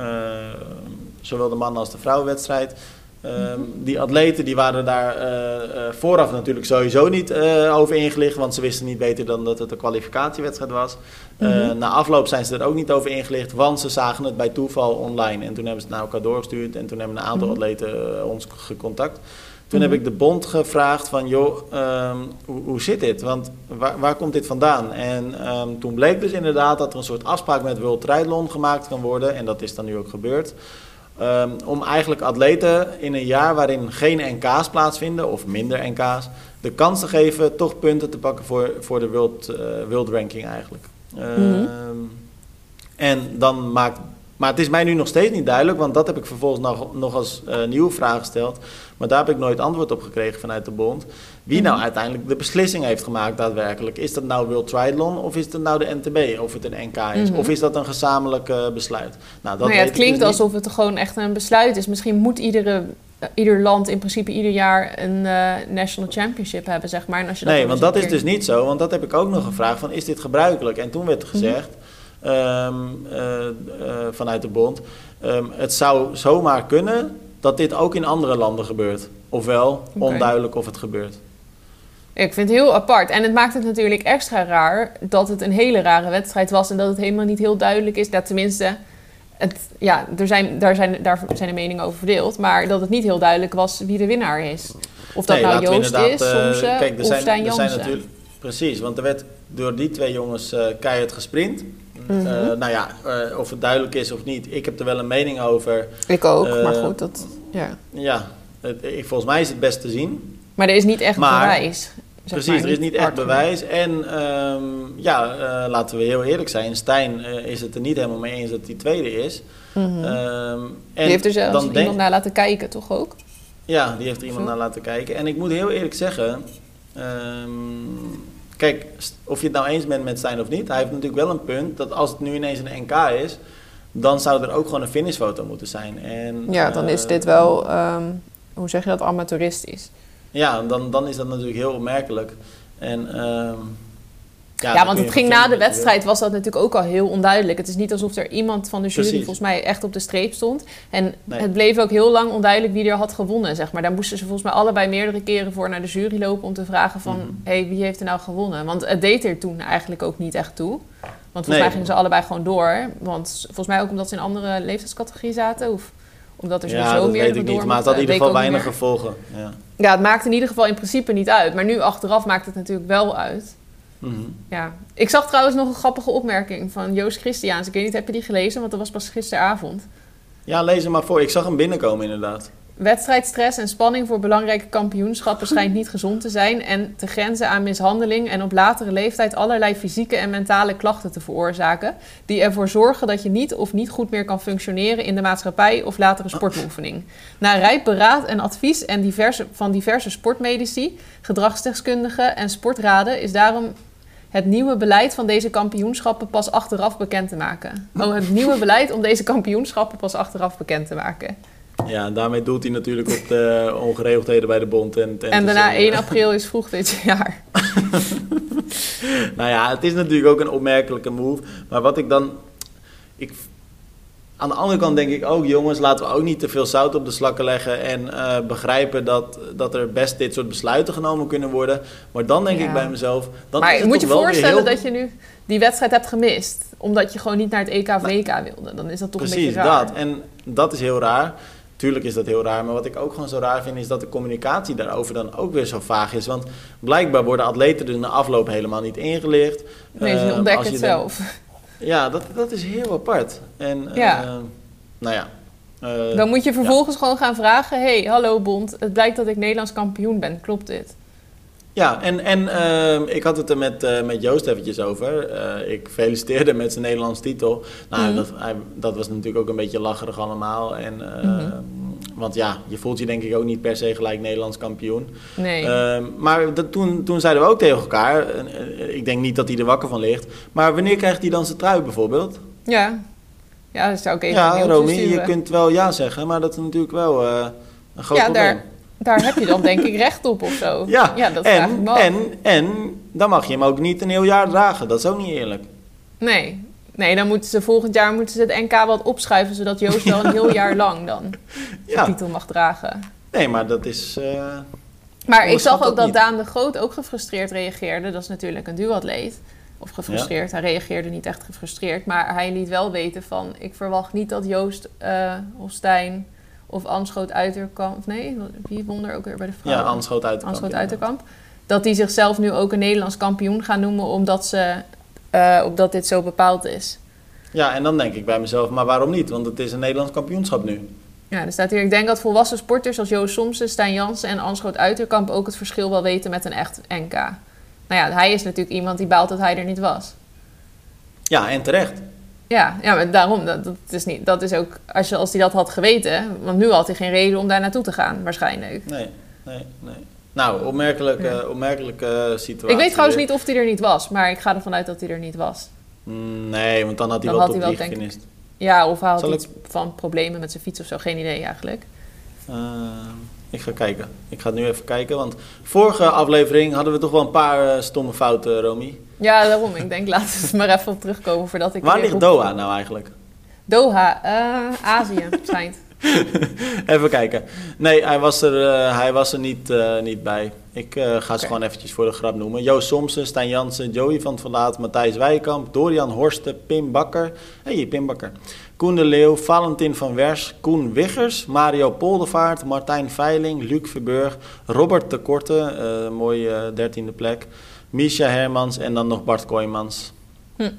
Speaker 1: zowel de mannen als de vrouwenwedstrijd. Uh, mm-hmm. Die atleten die waren daar uh, uh, vooraf natuurlijk sowieso niet uh, over ingelicht, want ze wisten niet beter dan dat het een kwalificatiewedstrijd was. Uh, mm-hmm. Na afloop zijn ze er ook niet over ingelicht, want ze zagen het bij toeval online. En toen hebben ze het naar elkaar doorgestuurd en toen hebben een aantal mm-hmm. atleten uh, ons gecontact. Toen mm-hmm. heb ik de bond gevraagd van, joh, um, hoe, hoe zit dit? Want waar, waar komt dit vandaan? En um, toen bleek dus inderdaad dat er een soort afspraak met World Triathlon gemaakt kan worden. En dat is dan nu ook gebeurd. Um, om eigenlijk atleten in een jaar waarin geen N K's plaatsvinden, of minder N K's, de kans te geven toch punten te pakken voor, voor de world, uh, world ranking eigenlijk. Mm-hmm. Um, en dan maakt... Maar het is mij nu nog steeds niet duidelijk, want dat heb ik vervolgens nog, nog als uh, nieuwe vraag gesteld. Maar daar heb ik nooit antwoord op gekregen vanuit de bond. Wie mm-hmm. nou uiteindelijk de beslissing heeft gemaakt daadwerkelijk. Is dat nou World Triathlon of is dat nou de N T B of het een N K is? Mm-hmm. Of is dat een gezamenlijk uh, besluit? Nou, dat
Speaker 2: nou ja, het klinkt dus alsof het gewoon echt een besluit is. Misschien moet iedere... ieder land in principe ieder jaar een uh, national championship hebben, zeg maar. En als je dat
Speaker 1: nee, want dat keer... is dus niet zo. Want dat heb ik ook nog gevraagd van, is dit gebruikelijk? En toen werd gezegd, mm-hmm. um, uh, uh, vanuit de bond, um, het zou zomaar kunnen dat dit ook in andere landen gebeurt. Ofwel, okay. onduidelijk of het gebeurt.
Speaker 2: Ik vind het heel apart. En het maakt het natuurlijk extra raar dat het een hele rare wedstrijd was en dat het helemaal niet heel duidelijk is. Dat tenminste... Het, ja, er zijn, daar, zijn, daar zijn de meningen over verdeeld, maar dat het niet heel duidelijk was wie de winnaar is. Of dat nee, nou Joost is, uh, soms, uh, kijk, er of zijn, Stijn Jansen. Er zijn natuurlijk,
Speaker 1: precies, want er werd door die twee jongens uh, keihard gesprint. Mm-hmm. Uh, nou ja, uh, of het duidelijk is of niet, ik heb er wel een mening over.
Speaker 2: Ik ook, uh, maar goed, dat... Ja,
Speaker 1: ja het, ik, volgens mij is het best te zien.
Speaker 2: Maar er is niet echt maar, bewijs.
Speaker 1: Precies, maar, er is niet echt bewijs. En um, ja, uh, laten we heel eerlijk zijn. Stijn uh, is het er niet helemaal mee eens dat hij tweede is.
Speaker 2: Mm-hmm. Um, en die heeft er zelfs iemand denk... naar laten kijken, toch ook?
Speaker 1: Ja, die heeft er iemand naar laten kijken. En ik moet heel eerlijk zeggen... Um, kijk, of je het nou eens bent met Stijn of niet... hij heeft natuurlijk wel een punt dat als het nu ineens een N K is... dan zou er ook gewoon een finishfoto moeten zijn. En,
Speaker 2: ja, dan uh, is dit wel... Um, hoe zeg je dat? Amateuristisch.
Speaker 1: Ja, dan, dan is dat natuurlijk heel opmerkelijk. En, uh,
Speaker 2: ja, ja want het ging na de wedstrijd, was dat natuurlijk ook al heel onduidelijk. Het is niet alsof er iemand van de jury Precies. volgens mij echt op de streep stond. En nee. het bleef ook heel lang onduidelijk wie er had gewonnen, zeg maar. Daar moesten ze volgens mij allebei meerdere keren voor naar de jury lopen om te vragen van... Mm-hmm. hé, hey, wie heeft er nou gewonnen? Want het deed er toen eigenlijk ook niet echt toe. Want volgens nee. mij gingen ze allebei gewoon door. Want volgens mij ook omdat ze in een andere leeftijdscategorie zaten, of... omdat er
Speaker 1: ja,
Speaker 2: zo
Speaker 1: dat
Speaker 2: meer
Speaker 1: weet ik niet, maar het had in ieder geval weinig gevolgen. Ja.
Speaker 2: ja, het maakt in ieder geval in principe niet uit. Maar nu achteraf maakt het natuurlijk wel uit.
Speaker 1: Mm-hmm.
Speaker 2: Ja. Ik zag trouwens nog een grappige opmerking van Joost Christiaans. Ik weet niet, heb je die gelezen? Want dat was pas gisteravond.
Speaker 1: Ja, lees hem maar voor. Ik zag hem binnenkomen inderdaad.
Speaker 2: Wedstrijdstress en spanning voor belangrijke kampioenschappen schijnt niet gezond te zijn en te grenzen aan mishandeling en op latere leeftijd allerlei fysieke en mentale klachten te veroorzaken, die ervoor zorgen dat je niet of niet goed meer kan functioneren in de maatschappij of latere sportbeoefening. Na rijp beraad en advies en diverse, van diverse sportmedici, gedragsdeskundigen en sportraden is daarom het nieuwe beleid van deze kampioenschappen pas achteraf bekend te maken. Oh, het nieuwe beleid om deze kampioenschappen pas achteraf bekend te maken.
Speaker 1: Ja, en daarmee doelt hij natuurlijk op de ongeregeldheden bij de bond. En, en,
Speaker 2: en daarna één april is vroeg dit jaar.
Speaker 1: Nou ja, het is natuurlijk ook een opmerkelijke move. Maar wat ik dan... Ik, aan de andere kant denk ik ook, jongens, laten we ook niet te veel zout op de slakken leggen. En uh, begrijpen dat, dat er best dit soort besluiten genomen kunnen worden. Maar dan denk ja. ik bij mezelf... Dan
Speaker 2: maar
Speaker 1: is het
Speaker 2: moet je
Speaker 1: wel
Speaker 2: voorstellen
Speaker 1: heel...
Speaker 2: dat je nu die wedstrijd hebt gemist. Omdat je gewoon niet naar het E K V K wilde. Dan is dat toch
Speaker 1: Precies,
Speaker 2: een beetje raar.
Speaker 1: dat. En dat is heel raar. Tuurlijk is dat heel raar, maar wat ik ook gewoon zo raar vind... is dat de communicatie daarover dan ook weer zo vaag is. Want blijkbaar worden atleten dus na afloop helemaal niet ingelicht.
Speaker 2: Nee, ze ontdekken uh, het zelf.
Speaker 1: Dan, ja, dat, dat is heel apart. En
Speaker 2: ja.
Speaker 1: Uh, nou ja, Uh,
Speaker 2: Dan moet je vervolgens ja. gewoon gaan vragen... hey, hallo Bond, het blijkt dat ik Nederlands kampioen ben. Klopt dit?
Speaker 1: Ja, en, en uh, ik had het er met, uh, met Joost eventjes over. Uh, ik feliciteerde met zijn Nederlands titel. Nou, mm-hmm. dat, hij, dat was natuurlijk ook een beetje lacherig allemaal. En, uh, mm-hmm. Want ja, je voelt je denk ik ook niet per se gelijk Nederlands kampioen.
Speaker 2: Nee.
Speaker 1: Uh, maar dat, toen, toen zeiden we ook tegen elkaar... Uh, ik denk niet dat hij er wakker van ligt. Maar wanneer krijgt hij dan zijn trui bijvoorbeeld?
Speaker 2: Ja, ja dat zou ik even
Speaker 1: Ja, Romy, je kunt wel ja zeggen, maar dat is natuurlijk wel uh, een groot
Speaker 2: ja,
Speaker 1: probleem.
Speaker 2: Daar, daar heb je dan denk ik recht op of zo.
Speaker 1: Ja,
Speaker 2: ja dat
Speaker 1: en, en, en dan mag je hem ook niet een heel jaar dragen. Dat is ook niet eerlijk.
Speaker 2: Nee, nee dan moeten ze volgend jaar moeten ze het N K wat opschuiven... zodat Joost wel een heel jaar lang dan
Speaker 1: ja.
Speaker 2: de titel mag dragen.
Speaker 1: Nee, maar dat is... Uh,
Speaker 2: maar ik zag ook dat niet. Daan de Groot ook gefrustreerd reageerde. Dat is natuurlijk een duatleet. Of gefrustreerd. Ja. Hij reageerde niet echt gefrustreerd. Maar hij liet wel weten van... ik verwacht niet dat Joost uh, of Stijn of Anschoot Uiterkamp... nee, wie won er ook weer bij de vrouwen?
Speaker 1: Ja, Anschoot Uiterkamp.
Speaker 2: Anschoot Uiterkamp. Dat die zichzelf nu ook een Nederlands kampioen gaan noemen... omdat, ze, uh, omdat dit zo bepaald is.
Speaker 1: Ja, en dan denk ik bij mezelf... maar waarom niet? Want het is een Nederlands kampioenschap nu.
Speaker 2: Ja, er staat hier... ik denk dat volwassen sporters als Joost Somsen, Stijn Jansen en Anschoot Uiterkamp... ook het verschil wel weten met een echt N K. Nou ja, hij is natuurlijk iemand die baalt dat hij er niet was.
Speaker 1: Ja, en terecht.
Speaker 2: Ja, ja maar daarom, dat, dat is niet, dat is ook, als, je, als hij dat had geweten, want nu had hij geen reden om daar naartoe te gaan, waarschijnlijk.
Speaker 1: Nee, nee, nee. Nou, opmerkelijke, ja. opmerkelijke situatie.
Speaker 2: Ik weet trouwens niet of hij er niet was, maar ik ga ervan uit dat hij er niet was.
Speaker 1: Nee, want dan had hij dan wel top drie gefinished.
Speaker 2: Ja, of hij had
Speaker 1: Zal
Speaker 2: iets
Speaker 1: ik...
Speaker 2: van problemen met zijn fiets of zo, geen idee eigenlijk.
Speaker 1: Uh, ik ga kijken. Ik ga nu even kijken, want vorige aflevering hadden we toch wel een paar uh, stomme fouten, Romy.
Speaker 2: Ja, daarom. Ik denk, laten we er maar even op terugkomen voordat ik...
Speaker 1: Waar ligt roep... Doha nou eigenlijk?
Speaker 2: Doha, uh, Azië, schijnt.
Speaker 1: Even kijken. Nee, hij was er, uh, hij was er niet, uh, niet bij. Ik uh, ga ze okay. gewoon eventjes voor de grap noemen. Joost Somsen, Stijn Jansen, Joey van het Verlaat, Matthijs Wijkamp, Dorian Horsten, Pim Bakker. Hé, hey, Pim Bakker. Koen de Leeuw, Valentin van Wers, Koen Wiggers, Mario Poldervaart, Martijn Veiling, Luc Verburg, Robert de Korte, uh, mooie dertiende uh, plek, Misha Hermans en dan nog Bart Kooijmans. Hm.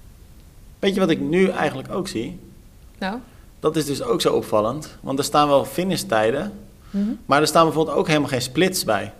Speaker 1: Weet je wat ik nu eigenlijk ook zie?
Speaker 2: Nou?
Speaker 1: Dat is dus ook zo opvallend, want er staan wel finishtijden, mm-hmm. maar er staan bijvoorbeeld ook helemaal geen splits bij.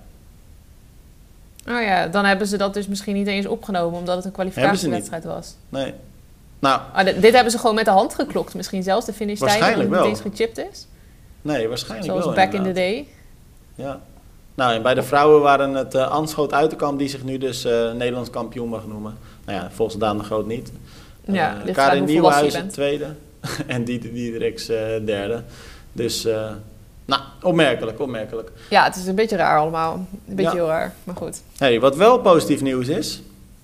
Speaker 2: Oh ja, dan hebben ze dat dus misschien niet eens opgenomen, omdat het een kwalificatiewedstrijd was.
Speaker 1: Nee. Nou,
Speaker 2: oh, d- dit hebben ze gewoon met de hand geklokt, misschien zelfs de finishtijden, omdat het niet eens gechipt is?
Speaker 1: Nee, waarschijnlijk
Speaker 2: Zoals
Speaker 1: wel.
Speaker 2: Zoals back
Speaker 1: inderdaad.
Speaker 2: in the day.
Speaker 1: Ja. Nou, en bij de vrouwen waren het uh, Anschoot Uiterkamp die zich nu dus uh, Nederlands kampioen mag noemen. Nou ja, volgens Daan de Groot niet.
Speaker 2: Ja,
Speaker 1: uh, Karin Nieuwenhuizen tweede en Dieter Diedericks uh, derde. Dus, uh, nou, opmerkelijk, opmerkelijk.
Speaker 2: Ja, het is een beetje raar allemaal. Een beetje
Speaker 1: ja.
Speaker 2: heel raar, maar goed.
Speaker 1: Hey, wat wel positief nieuws is,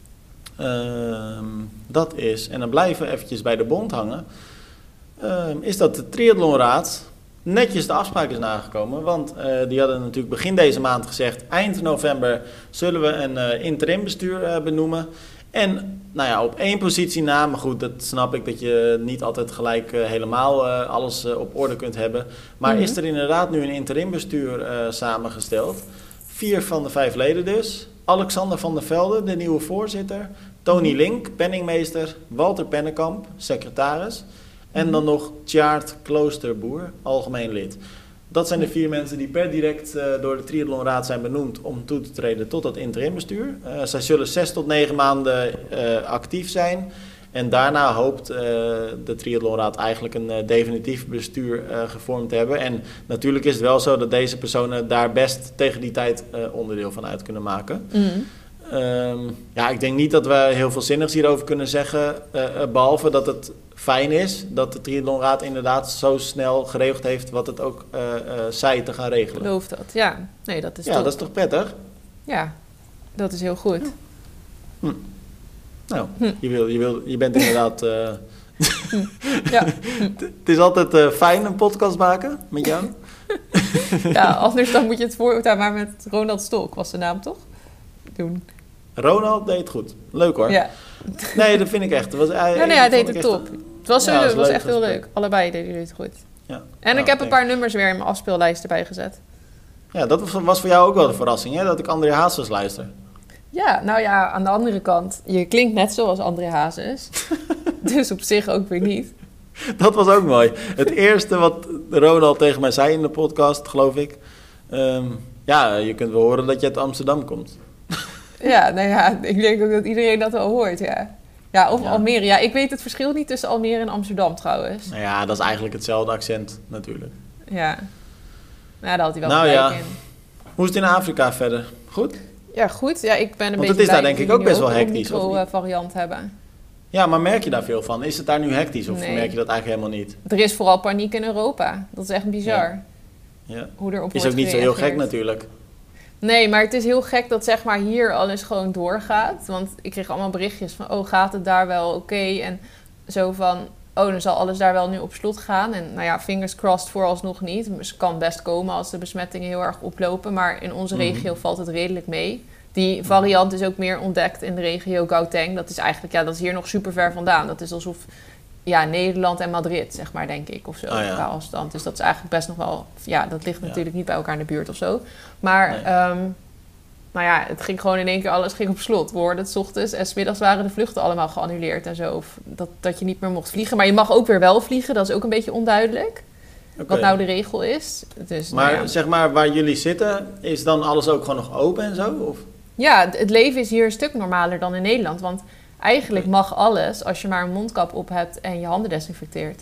Speaker 1: uh, dat is, en dan blijven we eventjes bij de bond hangen, uh, is dat de Triathlonraad netjes de afspraak is nagekomen. Want uh, die hadden natuurlijk begin deze maand gezegd, eind november zullen we een uh, interimbestuur uh, benoemen. En nou ja, op één positie na, maar goed, dat snap ik dat je niet altijd gelijk uh, helemaal uh, alles uh, op orde kunt hebben. Maar mm-hmm. is er inderdaad nu een interimbestuur uh, samengesteld. Vier van de vijf leden dus. Alexander van der Velde, de nieuwe voorzitter. Tony Link, penningmeester. Walter Pennekamp, secretaris. En dan nog Tjaard Kloosterboer, algemeen lid. Dat zijn de vier mensen die per direct uh, door de Triathlonraad zijn benoemd om toe te treden tot dat interimbestuur. Uh, zij zullen zes tot negen maanden uh, actief zijn. En daarna hoopt uh, de Triathlonraad eigenlijk een uh, definitief bestuur uh, gevormd te hebben. En natuurlijk is het wel zo dat deze personen daar best tegen die tijd uh, onderdeel van uit kunnen maken. Mm. Um, ja, ik denk niet dat we heel veel zinnigs hierover kunnen zeggen. Uh, behalve dat het fijn is dat de Triathlonraad inderdaad zo snel geregeld heeft wat het ook uh, uh, zei te gaan regelen.
Speaker 2: Ik geloof dat, ja. Nee, dat is
Speaker 1: ja,
Speaker 2: top.
Speaker 1: dat is toch prettig?
Speaker 2: Ja, dat is heel goed.
Speaker 1: Hm. Nou, hm. je, wil, je, wil, je bent inderdaad... Uh,
Speaker 2: hm. Ja.
Speaker 1: Het is altijd uh, fijn een podcast maken met jou.
Speaker 2: Ja, anders dan moet je het voortaan maar met Ronald Stolk, was de naam toch? Doen.
Speaker 1: Ronald deed het goed. Leuk hoor.
Speaker 2: Ja.
Speaker 1: Nee, dat vind ik echt. Was, hij,
Speaker 2: ja, nee, hij deed het top. Een... Het was, ja, was, was echt heel leuk. Allebei deden jullie het goed.
Speaker 1: Ja.
Speaker 2: En
Speaker 1: nou,
Speaker 2: ik heb een paar nummers weer in mijn afspeellijst erbij gezet.
Speaker 1: Ja, dat was voor jou ook wel een verrassing, hè? Dat ik André Hazes luister.
Speaker 2: Ja, nou ja, aan de andere kant, je klinkt net zoals André Hazes. Dus op zich ook weer niet.
Speaker 1: Dat was ook mooi. Het eerste wat Ronald tegen mij zei in de podcast, geloof ik. Um, ja, je kunt wel horen dat je uit Amsterdam komt.
Speaker 2: Ja, nou ja, ik denk ook dat iedereen dat wel hoort, ja. Ja, of
Speaker 1: ja.
Speaker 2: Almere. Ja, ik weet het verschil niet tussen Almere en Amsterdam trouwens.
Speaker 1: Nou ja, dat is eigenlijk hetzelfde accent natuurlijk.
Speaker 2: Ja. Nou, daar had hij wel
Speaker 1: nou,
Speaker 2: gelijk
Speaker 1: ja.
Speaker 2: in.
Speaker 1: Hoe is het in Afrika verder? Goed?
Speaker 2: Ja, goed. Ja, ik ben een
Speaker 1: Want
Speaker 2: beetje
Speaker 1: het is
Speaker 2: blij
Speaker 1: daar denk
Speaker 2: dat
Speaker 1: ik ook
Speaker 2: we
Speaker 1: best
Speaker 2: nu
Speaker 1: wel
Speaker 2: een
Speaker 1: hectisch, of
Speaker 2: micro-variant hebben.
Speaker 1: Ja, maar merk je daar veel van? Is het daar nu hectisch of
Speaker 2: Nee.
Speaker 1: merk je dat eigenlijk helemaal niet?
Speaker 2: Er is vooral paniek in Europa. Dat is echt bizar.
Speaker 1: Ja. Ja.
Speaker 2: Hoe erop
Speaker 1: Is
Speaker 2: wordt
Speaker 1: ook niet zo heel gek
Speaker 2: gereageerd.
Speaker 1: natuurlijk.
Speaker 2: Nee, maar het is heel gek dat zeg maar hier alles gewoon doorgaat. Want ik kreeg allemaal berichtjes van, oh, gaat het daar wel oké? Okay? En zo van, oh, dan zal alles daar wel nu op slot gaan. En nou ja, fingers crossed vooralsnog niet. Dus het kan best komen als de besmettingen heel erg oplopen. Maar in onze
Speaker 1: Mm-hmm.
Speaker 2: regio valt het redelijk mee. Die variant is ook meer ontdekt in de regio Gauteng. Dat is eigenlijk, ja, dat is hier nog super ver vandaan. Dat is alsof, ja, Nederland en Madrid, zeg maar, denk ik, of zo,
Speaker 1: Oh, ja.
Speaker 2: qua afstand. Dus dat is eigenlijk best nog wel, ja, dat ligt
Speaker 1: Ja.
Speaker 2: natuurlijk niet bij elkaar in de buurt of zo. Maar,
Speaker 1: Nee.
Speaker 2: um, nou ja, het ging gewoon in één keer, alles ging op slot. We hoorden het 's ochtends en 's middags waren de vluchten allemaal geannuleerd en zo. Of dat, dat je niet meer mocht vliegen. Maar je mag ook weer wel vliegen, dat is ook een beetje onduidelijk.
Speaker 1: Okay.
Speaker 2: Wat nou de regel is. Dus,
Speaker 1: Maar
Speaker 2: nou ja.
Speaker 1: zeg maar, waar jullie zitten, is dan alles ook gewoon nog open en zo? Of?
Speaker 2: Ja, het leven is hier een stuk normaler dan in Nederland. Want eigenlijk
Speaker 1: Oké.
Speaker 2: mag alles als je maar een mondkap op hebt en je handen desinfecteert.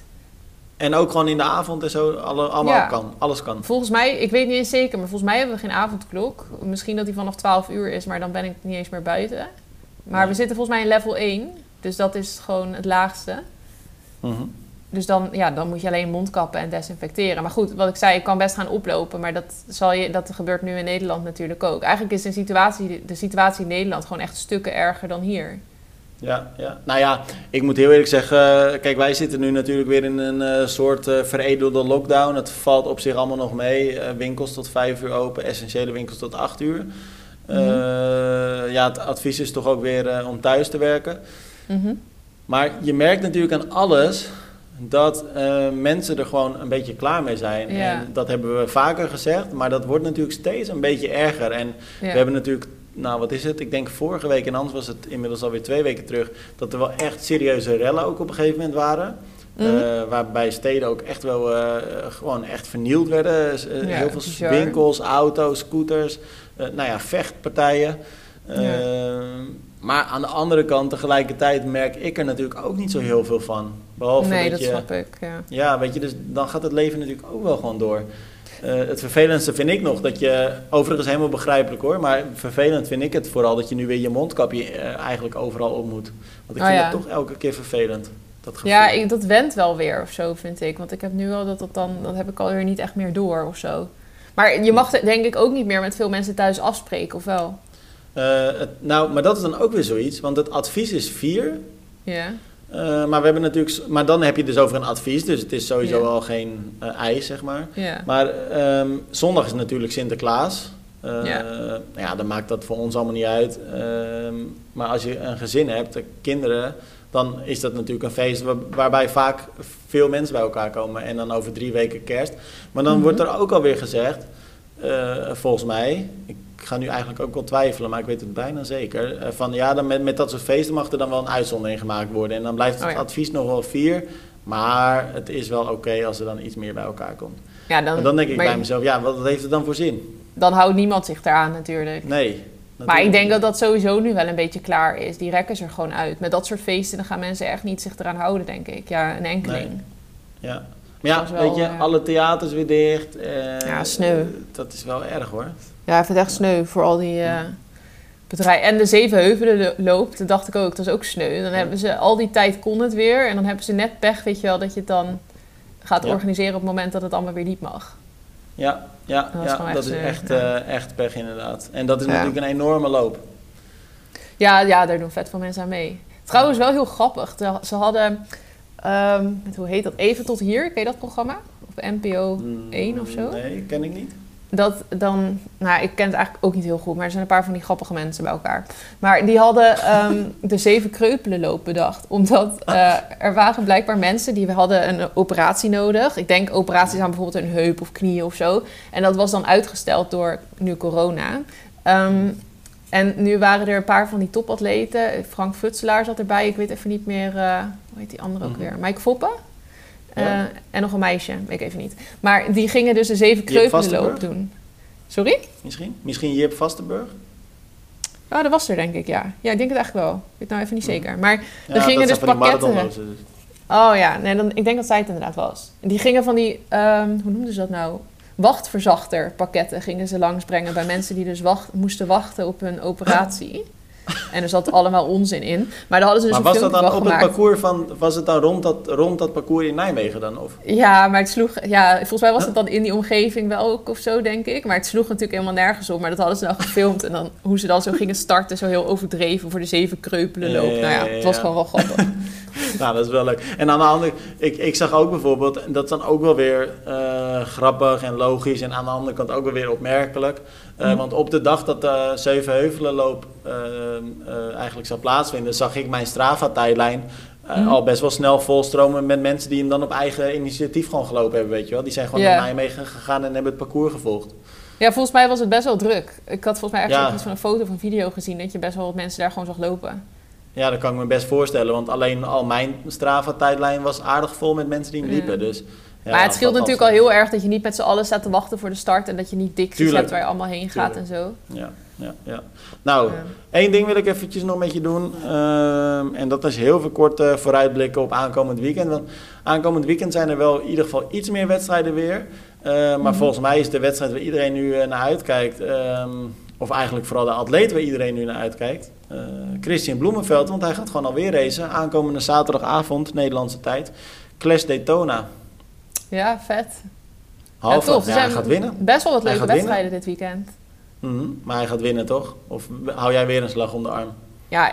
Speaker 1: En ook gewoon in de avond en zo, alle, allemaal
Speaker 2: Ja.
Speaker 1: kan, alles kan.
Speaker 2: Volgens mij, ik weet niet eens zeker, maar volgens mij hebben we geen avondklok. Misschien dat die vanaf twaalf uur is, maar dan ben ik niet eens meer buiten. Maar
Speaker 1: Nee.
Speaker 2: we zitten volgens mij in level één, dus dat is gewoon het laagste.
Speaker 1: Mhm.
Speaker 2: Dus dan, ja, dan moet je alleen mondkappen en desinfecteren. Maar goed, wat ik zei, ik kan best gaan oplopen. Maar dat, zal je, dat gebeurt nu in Nederland natuurlijk ook. Eigenlijk is de situatie, de situatie in Nederland gewoon echt stukken erger dan hier.
Speaker 1: Ja, ja, nou ja, ik moet heel eerlijk zeggen, kijk, wij zitten nu natuurlijk weer in een uh, soort uh, veredelde lockdown. Het valt op zich allemaal nog mee. Uh, winkels tot vijf uur open, essentiële winkels tot acht uur. Uh, mm-hmm. Ja, het advies is toch ook weer uh, om thuis te werken.
Speaker 2: Mm-hmm.
Speaker 1: Maar je merkt natuurlijk aan alles dat uh, mensen er gewoon een beetje klaar mee zijn.
Speaker 2: Ja.
Speaker 1: En dat hebben we vaker gezegd, maar dat wordt natuurlijk steeds een beetje erger. En ja. we hebben natuurlijk, nou wat is het, ik denk vorige week en anders was het inmiddels alweer twee weken terug, dat er wel echt serieuze rellen ook op een gegeven moment waren. Mm-hmm. Uh, waarbij steden ook echt wel uh, gewoon echt vernield werden. Uh, ja, heel veel bizar. Winkels, auto's, scooters, uh, nou ja, vechtpartijen. Uh, ja. Maar aan de andere kant, tegelijkertijd merk ik er natuurlijk ook niet zo heel veel van. Behalve
Speaker 2: nee,
Speaker 1: dat,
Speaker 2: dat
Speaker 1: je,
Speaker 2: snap ik, ja.
Speaker 1: Ja, weet je, dus dan gaat het leven natuurlijk ook wel gewoon door. Uh, het vervelendste vind ik nog dat je, overigens helemaal begrijpelijk hoor, maar vervelend vind ik het vooral dat je nu weer je mondkapje uh, eigenlijk overal op moet. Want ik
Speaker 2: oh,
Speaker 1: vind
Speaker 2: ja.
Speaker 1: het toch elke keer vervelend. Dat gevoel.
Speaker 2: Ja, ik, dat went wel weer of zo, vind ik. Want ik heb nu wel dat dat dan, dat heb ik alweer niet echt meer door of zo. Maar je mag denk ik ook niet meer met veel mensen thuis afspreken, of wel?
Speaker 1: Uh, het, nou, maar dat is dan ook weer zoiets, want het advies is vier.
Speaker 2: Ja.
Speaker 1: Uh, maar we hebben natuurlijk, maar dan heb je dus over een advies, dus het is sowieso
Speaker 2: ja.
Speaker 1: al geen uh, eis, zeg maar.
Speaker 2: Ja.
Speaker 1: Maar um, zondag is natuurlijk Sinterklaas. Uh,
Speaker 2: ja.
Speaker 1: Nou ja, dan maakt dat voor ons allemaal niet uit. Uh, maar als je een gezin hebt, kinderen, dan is dat natuurlijk een feest waar, waarbij vaak veel mensen bij elkaar komen. En dan over drie weken kerst. Maar dan mm-hmm. wordt er ook alweer gezegd, uh, volgens mij, ik ga nu eigenlijk ook wel twijfelen, maar ik weet het bijna zeker. Uh, van ja, dan met, met dat soort feesten mag er dan wel een uitzondering gemaakt worden. En dan blijft het oh ja. advies nog wel vier. Maar het is wel oké okay als er dan iets meer bij elkaar komt.
Speaker 2: Ja, dan,
Speaker 1: en dan denk ik bij
Speaker 2: je,
Speaker 1: mezelf, ja, wat heeft het dan voor zin?
Speaker 2: Dan houdt niemand zich eraan natuurlijk.
Speaker 1: Nee. Natuurlijk.
Speaker 2: Maar ik denk dat dat sowieso nu wel een beetje klaar is. Die rekken ze er gewoon uit. Met dat soort feesten dan gaan mensen echt niet zich eraan houden, denk ik. Ja, een enkeling. Nee.
Speaker 1: Ja. Maar ja, wel, weet je, uh, alle theaters weer dicht. Uh,
Speaker 2: ja, sneu. Uh,
Speaker 1: dat is wel erg hoor.
Speaker 2: Ja, ik vind het echt sneu voor al die uh, bedrijven. En de Zevenheuvelen loopt, dat dacht ik ook, dat is ook sneu. Dan ja. hebben ze, al die tijd kon het weer. En dan hebben ze net pech, weet je wel, dat je het dan gaat ja. organiseren op het moment dat het allemaal weer niet mag.
Speaker 1: Ja, ja, dat, ja, is, dat is echt, ja. uh, echt pech inderdaad. En dat is ja. natuurlijk een enorme loop.
Speaker 2: Ja, ja, daar doen vet veel mensen aan mee. Trouwens wel heel grappig. Ze hadden, um, hoe heet dat, Even tot hier, ken je dat programma? Of N P O één of zo?
Speaker 1: Nee, ken ik niet.
Speaker 2: Dat dan, nou, ik ken het eigenlijk ook niet heel goed, maar er zijn een paar van die grappige mensen bij elkaar. Maar die hadden um, de Zeven Kreupelenloop bedacht. Omdat uh, er waren blijkbaar mensen die hadden een operatie nodig. Ik denk operaties aan bijvoorbeeld een heup of knieën of zo. En dat was dan uitgesteld door nu corona. Um, en nu waren er een paar van die topatleten. Frank Futselaar zat erbij. Ik weet even niet meer, uh, hoe heet die andere ook weer? Mike Voppen. Uh,
Speaker 1: Ja.
Speaker 2: En nog een meisje, weet ik even niet. Maar die gingen dus de zeven kreukelenloop doen. Sorry?
Speaker 1: Misschien? Misschien Jip Vastenburg?
Speaker 2: Oh, dat was er denk ik, ja. Ja, ik denk het eigenlijk wel. Ik weet nou even niet zeker. Maar
Speaker 1: Ja,
Speaker 2: er gingen
Speaker 1: dat
Speaker 2: dus
Speaker 1: zijn van die
Speaker 2: pakketten.
Speaker 1: marathonlozen dus.
Speaker 2: Oh ja, nee, dan, ik denk dat zij het inderdaad was. Die gingen van die, um, hoe noemden ze dat nou? Wachtverzachter pakketten gingen ze langsbrengen bij mensen die dus wacht, moesten wachten op hun operatie. En er zat allemaal onzin in. Maar daar hadden ze dus
Speaker 1: Maar
Speaker 2: een
Speaker 1: was dat
Speaker 2: filmpje
Speaker 1: dan
Speaker 2: van
Speaker 1: op het
Speaker 2: gemaakt.
Speaker 1: parcours van, was het dan rond dat, rond dat parcours in Nijmegen dan? Of?
Speaker 2: Ja, maar het sloeg, ja, volgens mij was het dan in die omgeving wel ook of zo, denk ik. Maar het sloeg natuurlijk helemaal nergens op. Maar dat hadden ze dan gefilmd. En dan hoe ze dan zo gingen starten, zo heel overdreven voor de zeven kreupelenloop.
Speaker 1: Ja, ja,
Speaker 2: nou ja, het was
Speaker 1: ja.
Speaker 2: gewoon wel grappig.
Speaker 1: Nou, dat is wel leuk. En aan de andere ik, ik zag ook bijvoorbeeld, en dat is dan ook wel weer uh, grappig en logisch. En aan de andere kant ook wel weer opmerkelijk. Uh, mm. Want op de dag dat de Zevenheuvelenloop uh, uh, eigenlijk zou plaatsvinden, zag ik mijn Strava-tijdlijn uh, mm. al best wel snel volstromen met mensen die hem dan op eigen initiatief gewoon gelopen hebben, weet je wel. Die zijn gewoon yeah. naar Nijmegen gegaan en hebben het parcours gevolgd.
Speaker 2: Ja, volgens mij was het best wel druk. Ik had volgens mij ergens
Speaker 1: ja.
Speaker 2: ook iets van een foto of een video gezien dat je best wel wat mensen daar gewoon zag lopen.
Speaker 1: Ja, dat kan ik me best voorstellen, want alleen al mijn Strava-tijdlijn was aardig vol met mensen die hem liepen. Ja. Dus, ja,
Speaker 2: maar het scheelt natuurlijk al heel erg dat je niet met z'n allen staat te wachten voor de start en dat je niet dikjes hebt waar je allemaal heen gaat Tuurlijk. En zo.
Speaker 1: Ja, ja, ja. Nou, ja. één ding wil ik eventjes nog met je doen. Uh, en dat is heel veel kort uh, vooruitblikken op aankomend weekend. Want aankomend weekend zijn er wel in ieder geval iets meer wedstrijden weer. Uh, maar mm-hmm. volgens mij is de wedstrijd waar iedereen nu uh, naar uitkijkt, um, of eigenlijk vooral de atleet waar iedereen nu naar uitkijkt, Uh, Christian Bloemenveld, want hij gaat gewoon alweer racen. Aankomende zaterdagavond, Nederlandse tijd. Clash Daytona.
Speaker 2: Ja, vet.
Speaker 1: Half,
Speaker 2: ja, tof.
Speaker 1: ja, hij gaat winnen.
Speaker 2: Best wel wat leuke wedstrijden dit weekend.
Speaker 1: Mm-hmm, maar hij gaat winnen, toch? Of hou jij weer een slag om de arm?
Speaker 2: Ja,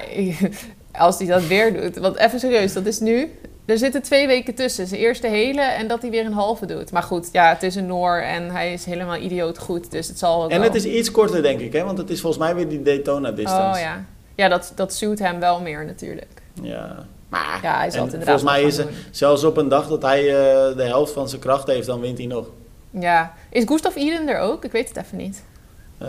Speaker 2: als hij dat weer doet. Want even serieus, dat is nu... Er zitten twee weken tussen. Zijn eerste hele en dat hij weer een halve doet. Maar goed, ja, het is een Noor en hij is helemaal idioot goed. Dus het zal ook
Speaker 1: En
Speaker 2: wel.
Speaker 1: Het is iets korter, denk ik, hè? Want het is volgens mij weer die Daytona distance.
Speaker 2: Oh ja. Ja, dat, dat suit hem wel meer natuurlijk.
Speaker 1: Ja, maar
Speaker 2: ja, hij zal het inderdaad
Speaker 1: volgens mij is er, zelfs op een dag dat hij uh, de helft van zijn kracht heeft, dan wint hij nog.
Speaker 2: Ja. Is Gustav Iden er ook? Ik weet het even niet.
Speaker 1: Uh,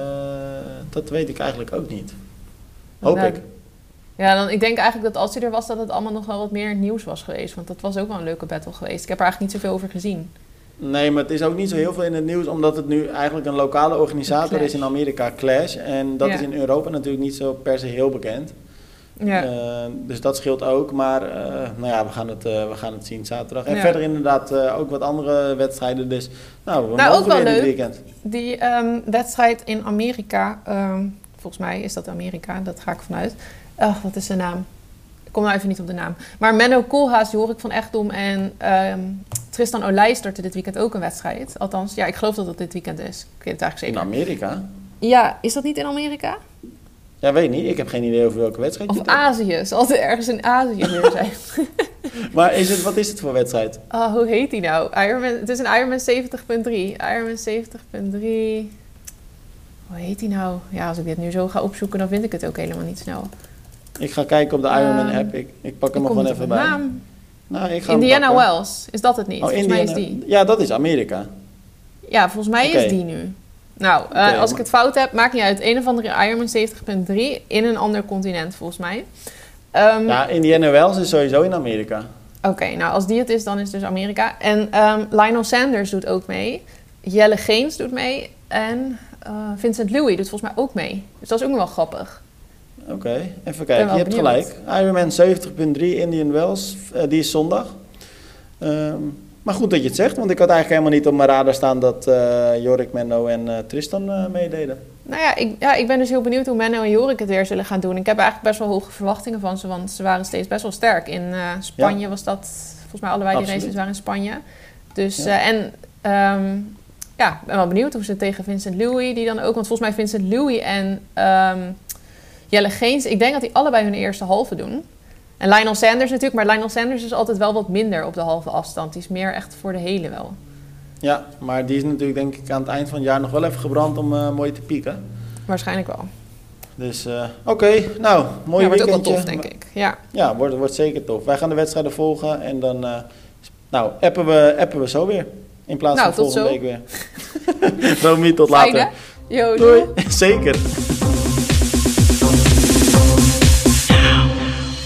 Speaker 1: dat weet ik eigenlijk ook niet. Hoop
Speaker 2: nou,
Speaker 1: ik.
Speaker 2: Ja, dan, ik denk eigenlijk dat als hij er was, dat het allemaal nog wel wat meer nieuws was geweest. Want dat was ook wel een leuke battle geweest. Ik heb er eigenlijk niet zoveel over gezien.
Speaker 1: Nee, maar het is ook niet zo heel veel in het nieuws, omdat het nu eigenlijk een lokale organisator is in Amerika, Clash. En dat ja. is in Europa natuurlijk niet zo per se heel bekend. Ja. Uh, dus dat scheelt ook, maar uh, nou ja, we gaan het, uh, we gaan het zien zaterdag. En ja. verder inderdaad uh, ook wat andere wedstrijden, dus nou, we
Speaker 2: nou,
Speaker 1: mogen
Speaker 2: ook wel
Speaker 1: weer
Speaker 2: leuk.
Speaker 1: dit weekend.
Speaker 2: Die um, wedstrijd in Amerika, um, volgens mij is dat Amerika, dat ga ik vanuit. Ach, wat is de naam? Ik kom nou even niet op de naam. Maar Menno Koolhaas, die hoor ik van Echtdom en um, Tristan Olij starten dit weekend ook een wedstrijd. Althans, ja, ik geloof dat dat dit weekend is. Ik weet het eigenlijk zeker.
Speaker 1: In Amerika?
Speaker 2: Ja, is dat niet in Amerika?
Speaker 1: Ja, weet niet. Ik heb geen idee over welke wedstrijd.
Speaker 2: Of Azië. Zal het ergens in Azië weer zijn.
Speaker 1: Maar is het, wat is het voor wedstrijd?
Speaker 2: Oh, hoe heet die nou? Ironman, het is een Ironman zeventig punt drie. Ironman zeventig punt drie. Hoe heet die nou? Ja, als ik dit nu zo ga opzoeken, dan vind ik het ook helemaal niet snel.
Speaker 1: Ik ga kijken op de Ironman uh, app. Ik, ik pak hem nog gewoon even bij.
Speaker 2: Naam.
Speaker 1: Nou, ik ga
Speaker 2: Indiana Wells. Is dat het niet?
Speaker 1: Oh,
Speaker 2: volgens
Speaker 1: Indiana,
Speaker 2: mij is die.
Speaker 1: Ja, dat is Amerika.
Speaker 2: Ja, volgens mij okay. is die nu. Nou, uh, okay, als ik het fout heb, maakt niet uit. Een of andere Ironman zeventig punt drie in een ander continent, volgens mij. Um,
Speaker 1: ja, Indiana Wells is sowieso in Amerika.
Speaker 2: Oké, okay, nou als die het is, dan is het dus Amerika. En um, Lionel Sanders doet ook mee. Jelle Geens doet mee. En uh, Vincent Louis doet volgens mij ook mee. Dus dat is ook nog wel grappig.
Speaker 1: Oké, okay, even kijken. Je hebt gelijk. Ironman zeventig punt drie Indian Wells, uh, die is zondag. Um, maar goed dat je het zegt, want ik had eigenlijk helemaal niet op mijn radar staan dat uh, Jorik, Menno en uh, Tristan uh, meededen.
Speaker 2: Nou ja ik, ja, ik ben dus heel benieuwd hoe Menno en Jorik het weer zullen gaan doen. Ik heb eigenlijk best wel hoge verwachtingen van ze, want ze waren steeds best wel sterk. In uh, Spanje ja. was dat, volgens mij allebei Absoluut. Die races waren in Spanje. Dus, ja. uh, en um, ja, ik ben wel benieuwd hoe ze tegen Vincent Louis, die dan ook, want volgens mij Vincent Louis en um, Jelle Geens, ik denk dat die allebei hun eerste halve doen. En Lionel Sanders natuurlijk, maar Lionel Sanders is altijd wel wat minder op de halve afstand. Die is meer echt voor de hele wel.
Speaker 1: Ja, maar die is natuurlijk denk ik aan het eind van het jaar nog wel even gebrand om uh, mooi te pieken.
Speaker 2: Waarschijnlijk wel.
Speaker 1: Dus uh, oké, okay, nou, mooi
Speaker 2: ja, wordt
Speaker 1: weekendje.
Speaker 2: ook wel tof, denk ik. Ja,
Speaker 1: ja wordt, wordt zeker tof. Wij gaan de wedstrijden volgen en dan uh, nou, appen, we, appen we zo weer. In plaats
Speaker 2: nou,
Speaker 1: van
Speaker 2: tot
Speaker 1: volgende
Speaker 2: zo.
Speaker 1: week weer. Romy, tot later.
Speaker 2: Fijne. Yo,
Speaker 1: doei. Zeker.